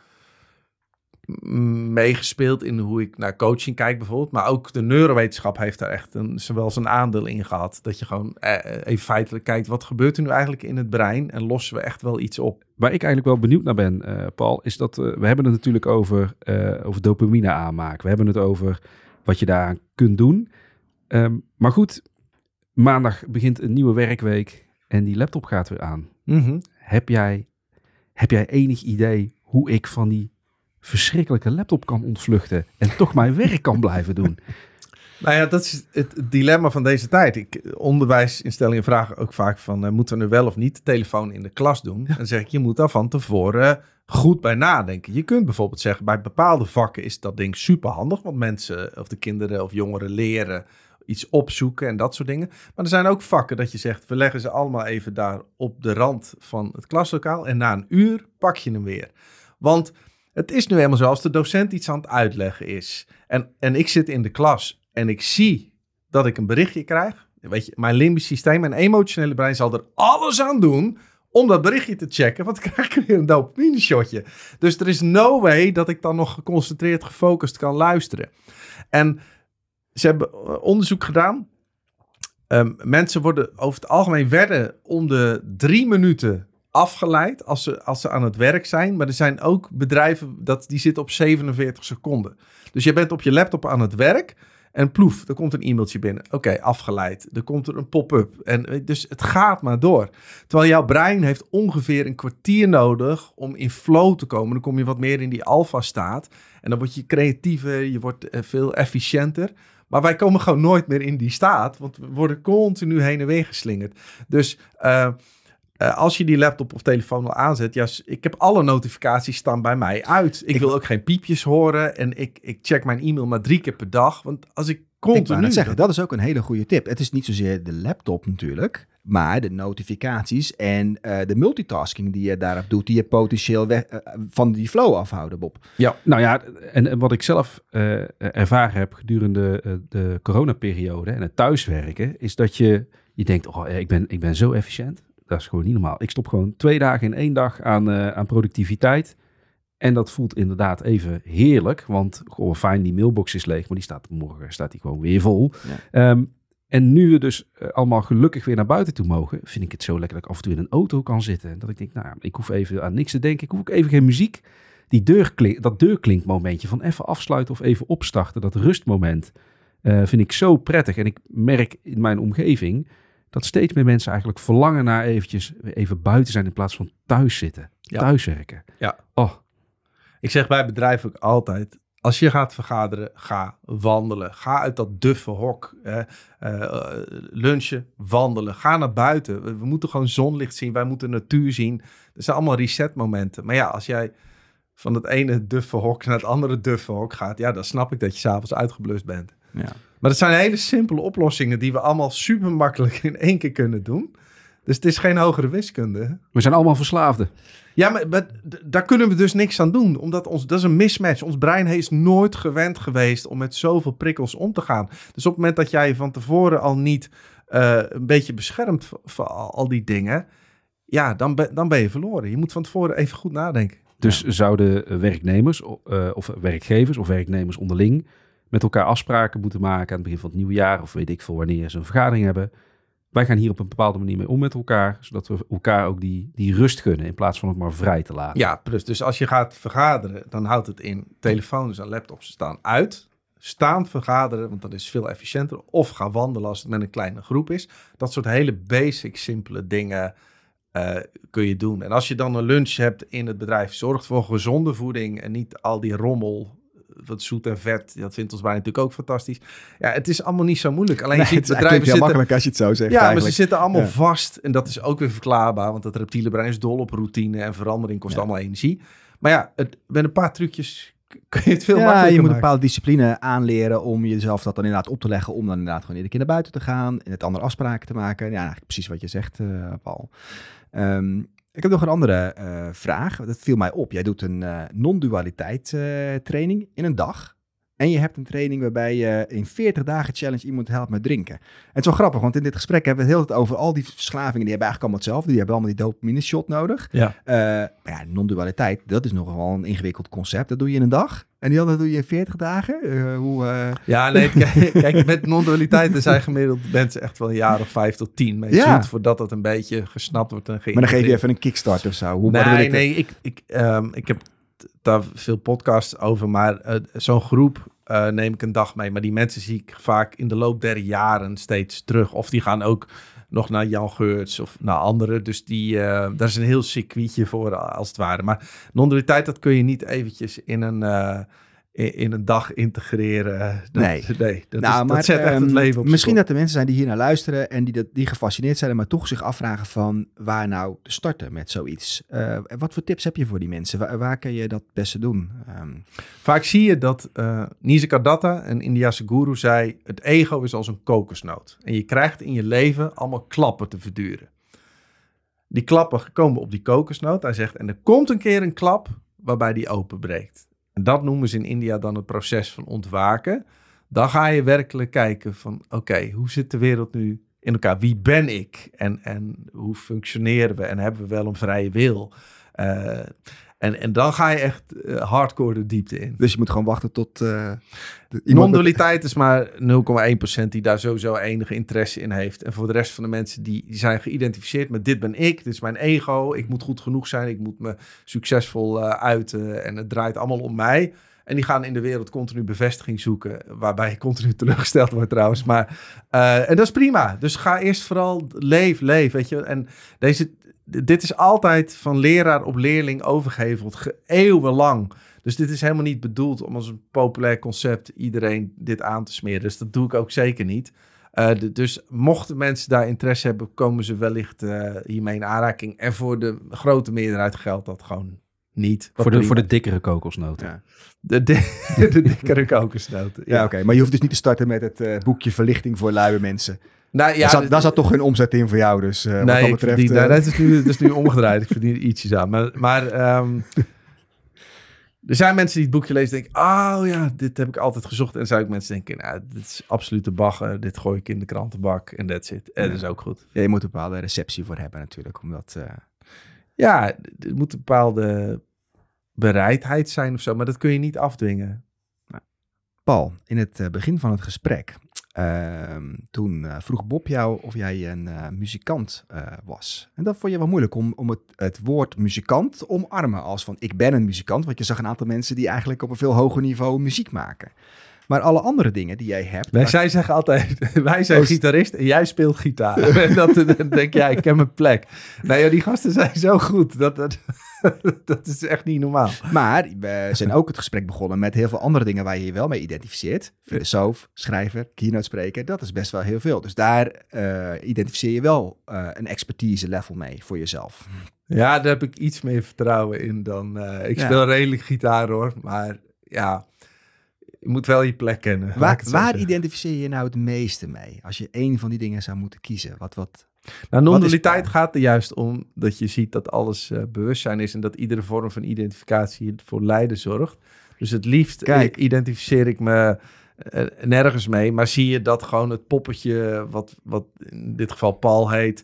S2: meegespeeld in hoe ik naar coaching kijk bijvoorbeeld. Maar ook de neurowetenschap heeft daar echt zowel zijn aandeel in gehad. Dat je gewoon even feitelijk kijkt, wat gebeurt er nu eigenlijk in het brein? En lossen we echt wel iets op?
S4: Waar ik eigenlijk wel benieuwd naar ben, Paul, is dat we hebben het natuurlijk over dopamine aanmaken. We hebben het over wat je daaraan kunt doen. Maar goed, maandag begint een nieuwe werkweek en die laptop gaat weer aan.
S2: Mm-hmm.
S4: Heb jij enig idee hoe ik van die verschrikkelijke laptop kan ontvluchten en toch mijn werk kan blijven doen?
S2: Nou ja, dat is het dilemma van deze tijd. Onderwijsinstellingen vragen ook vaak van, moeten we nu wel of niet de telefoon in de klas doen? En dan zeg ik, je moet daar van tevoren goed bij nadenken. Je kunt bijvoorbeeld zeggen, bij bepaalde vakken is dat ding superhandig, want mensen of de kinderen of jongeren leren iets opzoeken en dat soort dingen. Maar er zijn ook vakken dat je zegt, we leggen ze allemaal even daar op de rand van het klaslokaal en na een uur pak je hem weer. Want het is nu helemaal zo, als de docent iets aan het uitleggen is en ik zit in de klas en ik zie dat ik een berichtje krijg. Weet je, mijn limbisch systeem, mijn emotionele brein zal er alles aan doen om dat berichtje te checken, want dan krijg ik weer een dopamine shotje. Dus er is no way dat ik dan nog geconcentreerd, gefocust kan luisteren. En ze hebben onderzoek gedaan. Mensen worden over het algemeen werden om de 3 minuten afgeleid als ze aan het werk zijn. Maar er zijn ook bedrijven die zitten op 47 seconden. Dus je bent op je laptop aan het werk En ploef, er komt een e-mailtje binnen. Oké, afgeleid. Er komt er een pop-up. En dus het gaat maar door. Terwijl jouw brein heeft ongeveer een kwartier nodig om in flow te komen. Dan kom je wat meer in die alfa-staat. En dan word je creatiever, je wordt veel efficiënter. Maar wij komen gewoon nooit meer in die staat. Want we worden continu heen en weer geslingerd. Dus als je die laptop of telefoon al aanzet... Ja, ik heb alle notificaties staan bij mij uit. Ik wil ook geen piepjes horen. En ik check mijn e-mail maar 3 keer per dag. Want als ik continu...
S3: Ik wou net zeggen, dat is ook een hele goede tip. Het is niet zozeer de laptop natuurlijk... maar de notificaties en de multitasking die je daarop doet... die je potentieel van die flow afhouden, Bob.
S4: Ja, nou ja, en wat ik zelf ervaren heb gedurende de coronaperiode... en het thuiswerken, is dat je denkt... oh, ik ben zo efficiënt. Dat is gewoon niet normaal. Ik stop gewoon 2 dagen in 1 dag aan productiviteit... En dat voelt inderdaad even heerlijk, want gewoon fijn, die mailbox is leeg, maar morgen staat die gewoon weer vol. Ja. En nu we dus allemaal gelukkig weer naar buiten toe mogen, vind ik het zo lekker dat ik af en toe in een auto kan zitten. En dat ik denk, nou, ik hoef even aan niks te denken, ik hoef ook even geen muziek. Dat deurklinkmomentje van even afsluiten of even opstarten, dat rustmoment, vind ik zo prettig. En ik merk in mijn omgeving dat steeds meer mensen eigenlijk verlangen naar eventjes even buiten zijn in plaats van thuis zitten, thuiswerken.
S2: Ja.
S4: Oh.
S2: Ik zeg bij bedrijven ook altijd, als je gaat vergaderen, ga wandelen. Ga uit dat duffe hok. Lunchen, wandelen. Ga naar buiten. We moeten gewoon zonlicht zien. Wij moeten natuur zien. Dat zijn allemaal resetmomenten. Maar ja, als jij van het ene duffe hok naar het andere duffe hok gaat... ja, dan snap ik dat je 's avonds uitgeblust bent. Ja. Maar het zijn hele simpele oplossingen... die we allemaal super makkelijk in 1 keer kunnen doen. Dus het is geen hogere wiskunde.
S4: We zijn allemaal verslaafden.
S2: Ja, maar daar kunnen we dus niks aan doen. Omdat dat is een mismatch. Ons brein is nooit gewend geweest om met zoveel prikkels om te gaan. Dus op het moment dat jij van tevoren al niet een beetje beschermt voor al die dingen... ja, dan ben je verloren. Je moet van tevoren even goed nadenken.
S4: Dus zouden werknemers of werkgevers of werknemers onderling... met elkaar afspraken moeten maken aan het begin van het nieuwe jaar... of weet ik veel wanneer ze een vergadering hebben... Wij gaan hier op een bepaalde manier mee om met elkaar, zodat we elkaar ook die rust gunnen in plaats van het maar vrij te laten.
S2: Ja, dus als je gaat vergaderen, dan houdt het in telefoons en laptops staan uit. Staand vergaderen, want dat is veel efficiënter. Of ga wandelen als het met een kleine groep is. Dat soort hele basic, simpele dingen kun je doen. En als je dan een lunch hebt in het bedrijf, zorg voor gezonde voeding en niet al die rommel. Wat zoet en vet, dat vindt ons bij natuurlijk ook fantastisch. Ja, het is allemaal niet zo moeilijk. Alleen je ziet bedrijven
S3: zitten... heel makkelijk als je het zo zegt.
S2: Ja,
S3: eigenlijk.
S2: Maar ze zitten allemaal vast. En dat is ook weer verklaarbaar. Want dat reptiele brein is dol op routine. En verandering kost allemaal energie. Maar ja, met een paar trucjes kun je het veel makkelijker maken.
S3: Je moet een bepaalde discipline aanleren om jezelf dat dan inderdaad op te leggen. Om dan inderdaad gewoon iedere keer naar buiten te gaan. En het andere afspraken te maken. Ja, eigenlijk precies wat je zegt, Paul. Ik heb nog een andere vraag. Dat viel mij op. Jij doet een non-dualiteit training in een dag. En je hebt een training waarbij je in 40 dagen challenge iemand helpt met drinken. En het is wel grappig, want in dit gesprek hebben we het heel tijd over al die verslavingen. Die hebben eigenlijk allemaal hetzelfde. Die hebben allemaal die dopamine shot nodig.
S2: Ja.
S3: Maar ja, non-dualiteit, dat is nogal een ingewikkeld concept. Dat doe je in een dag. En die andere doe je in 40 dagen.
S2: Ja, nee, kijk, met non-dualiteit zijn gemiddeld mensen echt wel een jaar of 5 tot 10 mee zoet, voordat dat een beetje gesnapt wordt. En
S3: maar dan geef je even een kickstart of zo.
S2: Ik heb daar veel podcasts over, maar zo'n groep neem ik een dag mee. Maar die mensen zie ik vaak in de loop der jaren steeds terug. Of die gaan ook nog naar Jan Geurts of naar anderen. Dus daar is een heel circuitje voor, als het ware. Maar non-dualiteit, dat kun je niet eventjes in een dag integreren. Dat zet echt het leven op.
S3: Misschien dat er mensen zijn die hier naar luisteren en die gefascineerd zijn, maar toch zich afvragen van waar nou te starten met zoiets. Wat voor tips heb je voor die mensen? Waar kan je dat het beste doen?
S2: Vaak zie je dat Nisargadatta, een Indiase guru, zei: het ego is als een kokosnoot. En je krijgt in je leven allemaal klappen te verduren. Die klappen komen op die kokosnoot. Hij zegt, en er komt een keer een klap waarbij die openbreekt. En dat noemen ze in India dan het proces van ontwaken. Dan ga je werkelijk kijken van, oké, hoe zit de wereld nu in elkaar? Wie ben ik? En hoe functioneren we? En hebben we wel een vrije wil? En dan ga je echt hardcore de diepte in.
S3: Dus je moet gewoon wachten tot...
S2: Non-dualiteit is maar 0,1% die daar sowieso enige interesse in heeft. En voor de rest van de mensen die zijn geïdentificeerd met dit ben ik, dit is mijn ego, ik moet goed genoeg zijn, ik moet me succesvol uiten en het draait allemaal om mij. En die gaan in de wereld continu bevestiging zoeken. Waarbij je continu teleurgesteld wordt trouwens. Maar, en dat is prima. Dus ga eerst vooral leef. Weet je. En dit is altijd van leraar op leerling overgeheveld. Eeuwenlang. Dus dit is helemaal niet bedoeld om als een populair concept iedereen dit aan te smeren. Dus dat doe ik ook zeker niet. Dus mochten mensen daar interesse hebben, komen ze wellicht hiermee in aanraking. En voor de grote meerderheid geldt dat gewoon niet.
S4: Voor de dikkere kokosnoten.
S3: Ja.
S2: De dikkere kokosnoten.
S3: Ja, oké. Maar je hoeft dus niet te starten met het boekje Verlichting voor luie mensen.
S2: Nou, ja,
S3: daar zat toch geen omzet in voor jou, dus wat dat betreft...
S2: dat is nu omgedraaid. Ik verdien ietsjes aan. Maar er zijn mensen die het boekje lezen en denken... oh ja, dit heb ik altijd gezocht. En er zijn ook mensen die denken... nou, dit is absolute bagger. Dit gooi ik in de krantenbak en that's it. En dat is ook goed.
S3: Ja, je moet een bepaalde receptie voor hebben natuurlijk. Omdat,
S2: Ja, er moet een bepaalde bereidheid zijn of zo. Maar dat kun je niet afdwingen.
S3: Paul, in het begin van het gesprek... toen vroeg Bob jou of jij een muzikant was. En dat vond je wel moeilijk om het woord muzikant te omarmen. Als van, ik ben een muzikant. Want je zag een aantal mensen die eigenlijk op een veel hoger niveau muziek maken. Maar alle andere dingen die jij hebt...
S2: Zij zeggen altijd, wij zijn gitarist en jij speelt gitaar. En dan denk jij, ik ken mijn plek. Nee, joh, die gasten zijn zo goed. Dat is echt niet normaal.
S3: Maar we zijn ook het gesprek begonnen met heel veel andere dingen waar je je wel mee identificeert. Filosoof, schrijver, keynote spreker, dat is best wel heel veel. Dus daar identificeer je wel een expertise level mee voor jezelf.
S2: Ja, daar heb ik iets meer vertrouwen in dan... ik speel redelijk gitaar hoor, maar ja... Je moet wel je plek kennen.
S3: Waar identificeer je nou het meeste mee? Als je één van die dingen zou moeten kiezen.
S2: Nou, non-dualiteit gaat er juist om dat je ziet dat alles bewustzijn is... en dat iedere vorm van identificatie voor lijden zorgt. Dus het liefst identificeer ik me nergens mee... maar zie je dat gewoon het poppetje, wat in dit geval Paul heet...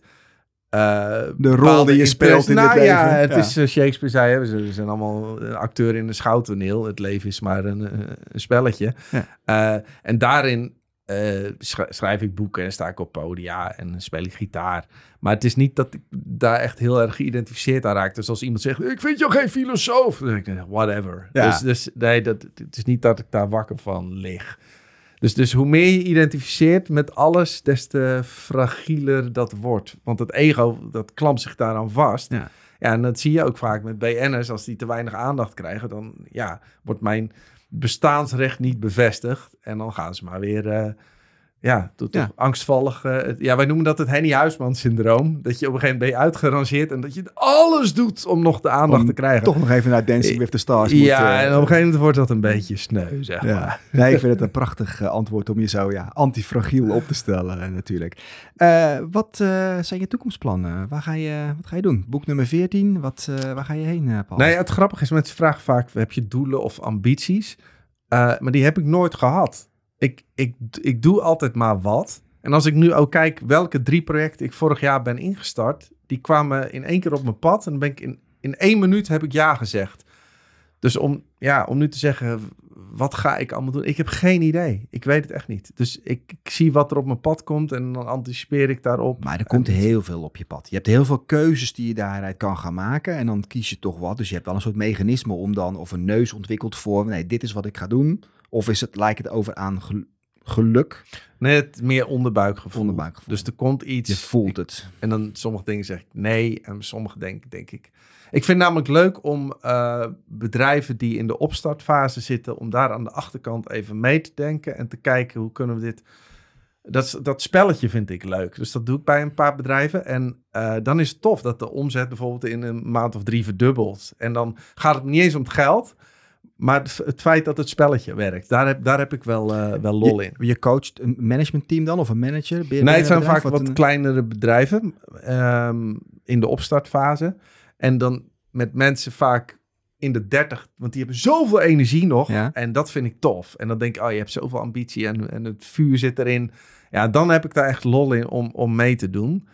S3: de rol die je speelt in dit leven.
S2: Ja, het is Shakespeare zei, we zijn allemaal acteurs in een schouwtoneel. Het leven is maar een spelletje. Ja. En daarin schrijf ik boeken en sta ik op podia en speel ik gitaar. Maar het is niet dat ik daar echt heel erg geïdentificeerd aan raak. Dus als iemand zegt, ik vind jou geen filosoof. Dan denk ik, whatever. Ja. Dus nee, het is niet dat ik daar wakker van lig. Dus hoe meer je identificeert met alles, des te fragieler dat wordt. Want het ego, dat klampt zich daaraan vast. Ja, en dat zie je ook vaak met BN'ers. Als die te weinig aandacht krijgen, dan wordt mijn bestaansrecht niet bevestigd. En dan gaan ze maar weer... angstvallig. Wij noemen dat het Henny Huisman syndroom. Dat je op een gegeven moment ben je uitgerangeerd en dat je alles doet om nog de aandacht te krijgen.
S3: Toch nog even naar Dancing with the Stars.
S2: En op een gegeven moment wordt dat een beetje sneu, zeg maar.
S3: Nee, ik vind het een prachtig antwoord om je zo antifragiel op te stellen natuurlijk. Wat zijn je toekomstplannen? Wat ga je doen? Boek nummer 14, waar ga je heen, Paul?
S2: Nee, het grappige is, mensen vragen vaak, heb je doelen of ambities? Maar die heb ik nooit gehad. Ik doe altijd maar wat. En als ik nu ook kijk welke 3 projecten ik vorig jaar ben ingestart, die kwamen in 1 keer op mijn pad en dan ben ik in 1 minuut heb ik ja gezegd. Dus om nu te zeggen, wat ga ik allemaal doen? Ik heb geen idee. Ik weet het echt niet. Dus ik zie wat er op mijn pad komt en dan anticipeer ik daarop.
S3: Maar er komt heel veel op je pad. Je hebt heel veel keuzes die je daaruit kan gaan maken en dan kies je toch wat. Dus je hebt wel een soort mechanisme om dan, of een neus ontwikkeld voor, nee, dit is wat ik ga doen. Of lijkt het over aan geluk?
S2: Nee, het meer onderbuikgevoel. Dus er komt iets.
S3: Je voelt het.
S2: En dan sommige dingen zeg ik nee. En sommige denk ik. Ik vind het namelijk leuk om bedrijven die in de opstartfase zitten, om daar aan de achterkant even mee te denken en te kijken hoe kunnen we dit... Dat spelletje vind ik leuk. Dus dat doe ik bij een paar bedrijven. En dan is het tof dat de omzet bijvoorbeeld in een maand of 3 verdubbelt. En dan gaat het niet eens om het geld, maar het feit dat het spelletje werkt, daar heb ik wel lol in.
S3: Je coacht een managementteam dan of een manager?
S2: Nee, het zijn vaak wat kleinere bedrijven in de opstartfase. En dan met mensen vaak in de 30, want die hebben zoveel energie nog. Ja. En dat vind ik tof. En dan denk ik, je hebt zoveel ambitie en het vuur zit erin. Ja, dan heb ik daar echt lol in om mee te doen.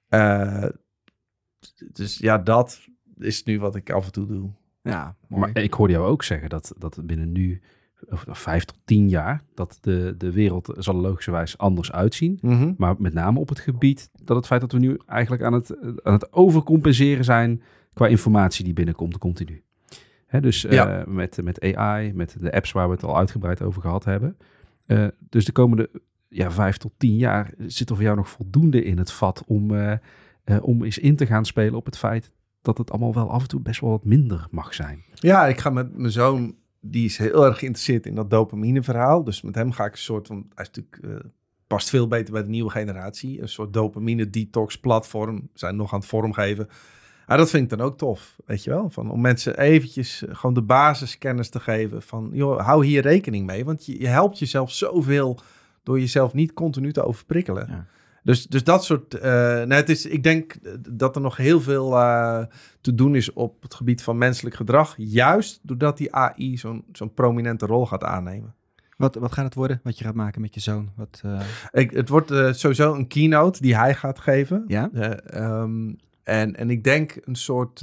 S2: Dus ja, dat is nu wat ik af en toe doe.
S3: Ja, mooi.
S4: Maar ik hoorde jou ook zeggen dat binnen nu 5 tot 10 jaar, dat de wereld zal logischerwijs anders uitzien. Mm-hmm. Maar met name op het gebied dat het feit dat we nu eigenlijk aan het overcompenseren zijn qua informatie die binnenkomt continu. Dus met AI, met de apps waar we het al uitgebreid over gehad hebben. Dus de komende 5 tot 10 jaar zit er voor jou nog voldoende in het vat om eens in te gaan spelen op het feit dat het allemaal wel af en toe best wel wat minder mag zijn.
S2: Ja, ik ga met mijn zoon, die is heel erg geïnteresseerd in dat dopamine verhaal. Dus met hem ga ik een soort van, hij is natuurlijk, past veel beter bij de nieuwe generatie. Een soort dopamine detox platform. We zijn nog aan het vormgeven. Maar dat vind ik dan ook tof, weet je wel. Om mensen eventjes gewoon de basiskennis te geven van, joh, hou hier rekening mee. Want je helpt jezelf zoveel door jezelf niet continu te overprikkelen. Ja. Dus dat soort... ik denk dat er nog heel veel te doen is op het gebied van menselijk gedrag. Juist doordat die AI zo'n prominente rol gaat aannemen.
S3: Wat gaat het worden, wat je gaat maken met je zoon?
S2: Het wordt sowieso een keynote die hij gaat geven.
S3: Ja?
S2: En ik denk een soort...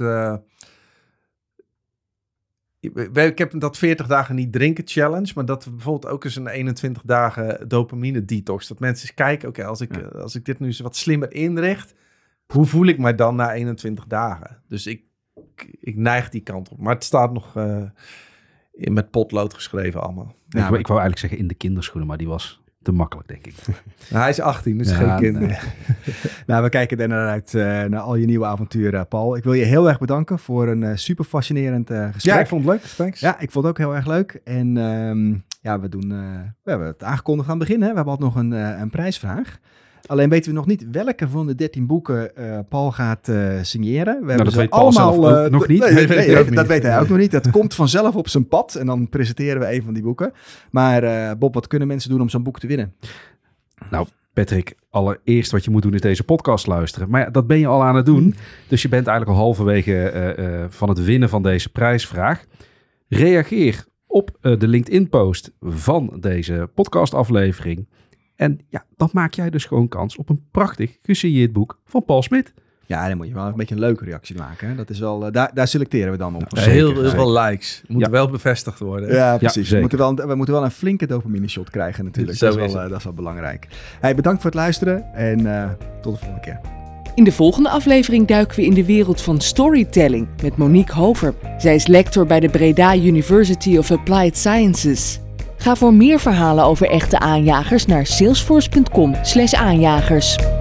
S2: ik heb dat 40 dagen niet drinken challenge, maar dat bijvoorbeeld ook eens een 21 dagen dopamine detox. Dat mensen eens kijken, oké, als ik dit nu eens wat slimmer inricht, hoe voel ik mij dan na 21 dagen? Dus ik neig die kant op. Maar het staat nog met potlood geschreven allemaal.
S4: Ja, ik wou eigenlijk zeggen in de kinderschoenen, maar die was te makkelijk, denk ik.
S2: Nou, hij is 18, dus geen kind.
S3: Nee. Nou, we kijken er naar uit naar al je nieuwe avonturen, Paul. Ik wil je heel erg bedanken voor een super fascinerend gesprek.
S2: Ja, ik vond het leuk. Thanks.
S3: Ja, ik vond het ook heel erg leuk. En we hebben het aangekondigd aan het begin. Hè? We hebben altijd nog een prijsvraag. Alleen weten we nog niet welke van de 13 boeken Paul gaat signeren. We
S4: dat weet Paul zelf ook nog niet.
S3: Nee, dat weet hij ook nog niet. Dat komt vanzelf op zijn pad en dan presenteren we een van die boeken. Maar Bob, wat kunnen mensen doen om zo'n boek te winnen?
S4: Nou, Patrick, allereerst wat je moet doen is deze podcast luisteren. Maar ja, dat ben je al aan het doen. Dus je bent eigenlijk al halverwege van het winnen van deze prijsvraag. Reageer op de LinkedIn-post van deze podcastaflevering. En ja, dan maak jij dus gewoon kans op een prachtig gesigneerd boek van Paul Smit.
S3: Ja, dan moet je wel een beetje een leuke reactie maken. Hè? Dat is wel, daar selecteren we dan op.
S2: Heel veel likes. Moeten wel bevestigd worden.
S3: Ja, precies. We moeten wel een flinke dopamine shot krijgen natuurlijk. Dat is wel belangrijk. Hey, bedankt voor het luisteren en tot de volgende keer.
S1: In de volgende aflevering duiken we in de wereld van storytelling met Monique Hover. Zij is lector bij de Breda University of Applied Sciences. Ga voor meer verhalen over echte aanjagers naar salesforce.com/aanjagers.